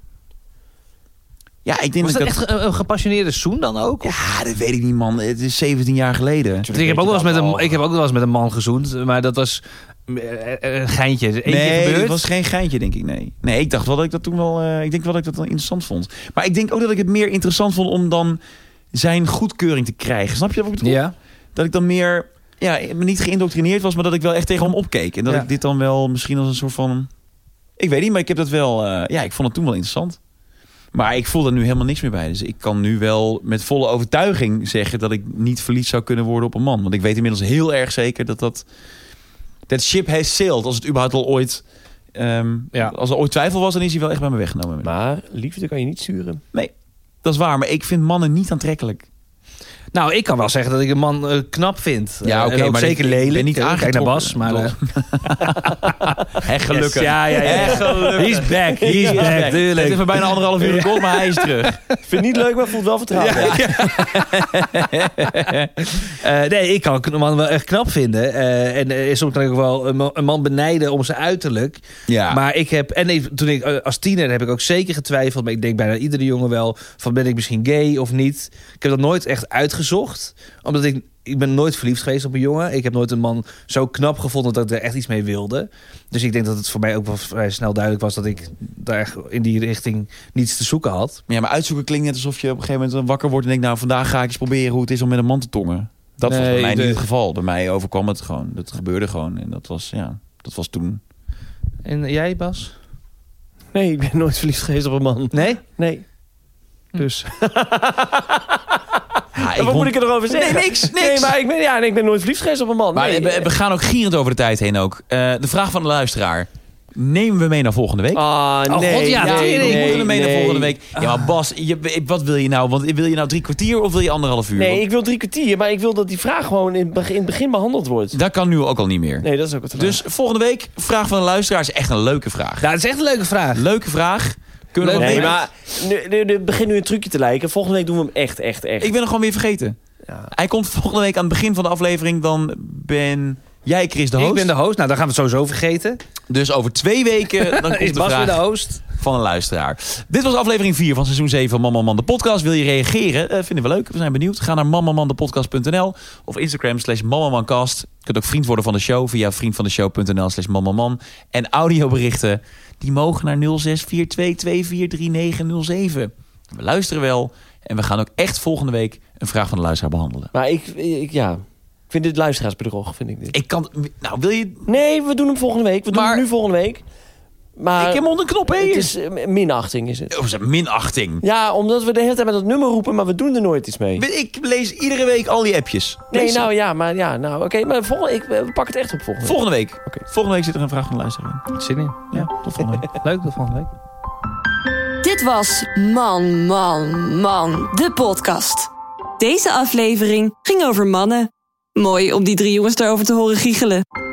Ja, ik denk was dat echt een gepassioneerde zoen dan ook? Ja, dat weet ik niet, man. Het is 17 jaar geleden. Ik heb ook wel eens met een man gezoend, maar dat was een geintje. Nee, het was geen geintje, denk ik. Nee, ik dacht wel dat ik dat toen wel... ik denk wel dat ik dat dan interessant vond. Maar ik denk ook dat ik het meer interessant vond om dan zijn goedkeuring te krijgen. Snap je wat ik bedoel? Ja. Dat ik dan meer... Ja, niet geïndoctrineerd was, maar dat ik wel echt tegen hem opkeek. En dat ik dit dan wel misschien als een soort van... Ik weet niet, maar ik heb dat wel... ik vond het toen wel interessant. Maar ik voel er nu helemaal niks meer bij. Dus ik kan nu wel met volle overtuiging zeggen dat ik niet verliefd zou kunnen worden op een man. Want ik weet inmiddels heel erg zeker dat ship has sailed. Als het überhaupt al ooit... Als er ooit twijfel was, dan is hij wel echt bij me weggenomen. Maar liefde kan je niet sturen. Nee, dat is waar. Maar ik vind mannen niet aantrekkelijk. Nou, ik kan wel zeggen dat ik een man knap vind. Ja, oké, maar zeker lelijk. Ik ben niet aangetrokken. Kijk naar Bas, maar... Gelukkig. Yes, ja. He's back, tuurlijk. Het heeft bijna 1,5 uur gekost, maar hij is terug. Vind het niet leuk, maar voelt wel vertrouwen. Nee, ik kan een man wel echt knap vinden. En soms kan ik ook wel een man benijden om zijn uiterlijk. Ja. Maar ik heb... toen ik als tiener heb ik ook zeker getwijfeld. Maar ik denk bijna iedere jongen wel... van ben ik misschien gay of niet? Ik heb dat nooit echt uitgezocht. Omdat ik ben nooit verliefd geweest op een jongen. Ik heb nooit een man zo knap gevonden dat ik er echt iets mee wilde. Dus ik denk dat het voor mij ook wel vrij snel duidelijk was... dat ik daar in die richting niets te zoeken had. Ja, maar uitzoeken klinkt net alsof je op een gegeven moment wakker wordt... en denkt, nou, vandaag ga ik eens proberen hoe het is om met een man te tongen. Dat was bij mij niet het geval. Bij mij overkwam het gewoon. Dat gebeurde gewoon. En dat was toen. En jij, Bas? Nee, ik ben nooit verliefd geweest op een man. Nee? Nee. Dus... Ja, wat moet ik er nog over zeggen? Nee, niks. Nee, maar ik ben nooit verliefd geweest op een man. Maar we gaan ook gierend over de tijd heen ook. De vraag van de luisteraar. Nemen we mee naar volgende week? Nee. God, ja. Nee, moeten we mee naar volgende week? Ja, maar Bas, wat wil je nou? Want wil je nou 3 kwartier of wil je 1,5 uur? Nee, ik wil 3 kwartier. Maar ik wil dat die vraag gewoon in het begin behandeld wordt. Dat kan nu ook al niet meer. Nee, dat is ook het. Dus volgende week, vraag van de luisteraar is echt een leuke vraag. Nou, dat is echt een leuke vraag. Leuke vraag. Kunnen we Nee, maar nu begint nu een trucje te lijken. Volgende week doen we hem echt. Ik ben hem gewoon weer vergeten. Ja. Hij komt volgende week aan het begin van de aflevering. Dan ben jij, Chris, de host. Ik ben de host. Nou, dan gaan we het sowieso vergeten. Dus over 2 weken dan komt is de Bas vraag weer de host van een luisteraar. Dit was aflevering 4 van seizoen 7 van Man Man de podcast. Wil je reageren? Vinden we leuk. We zijn benieuwd. Ga naar manmamandepodcast.nl of Instagram /manmamancast. Je kunt ook vriend worden van de show via vriendvandeshow.nl /manmaman. En audioberichten die mogen naar 0642243907. We luisteren wel. En we gaan ook echt volgende week een vraag van de luisteraar behandelen. Maar ik vind dit luisteraarsbedrog, vind ik dit. Nou, wil je... Nee, we doen hem volgende week. We doen hem nu volgende week. Maar ik heb onder een knop heen. Het is minachting, is het. Oh, is minachting. Ja, omdat we de hele tijd met dat nummer roepen, maar we doen er nooit iets mee. Ik lees iedere week al die appjes. Oké, maar we pakken het echt op volgende week. Okay. Volgende week zit er een vraag van de luisteraar in. Zin in. Ja, tot volgende week. Leuk, tot volgende week. Dit was Man, de podcast. Deze aflevering ging over mannen. Mooi om die 3 jongens daarover te horen giechelen.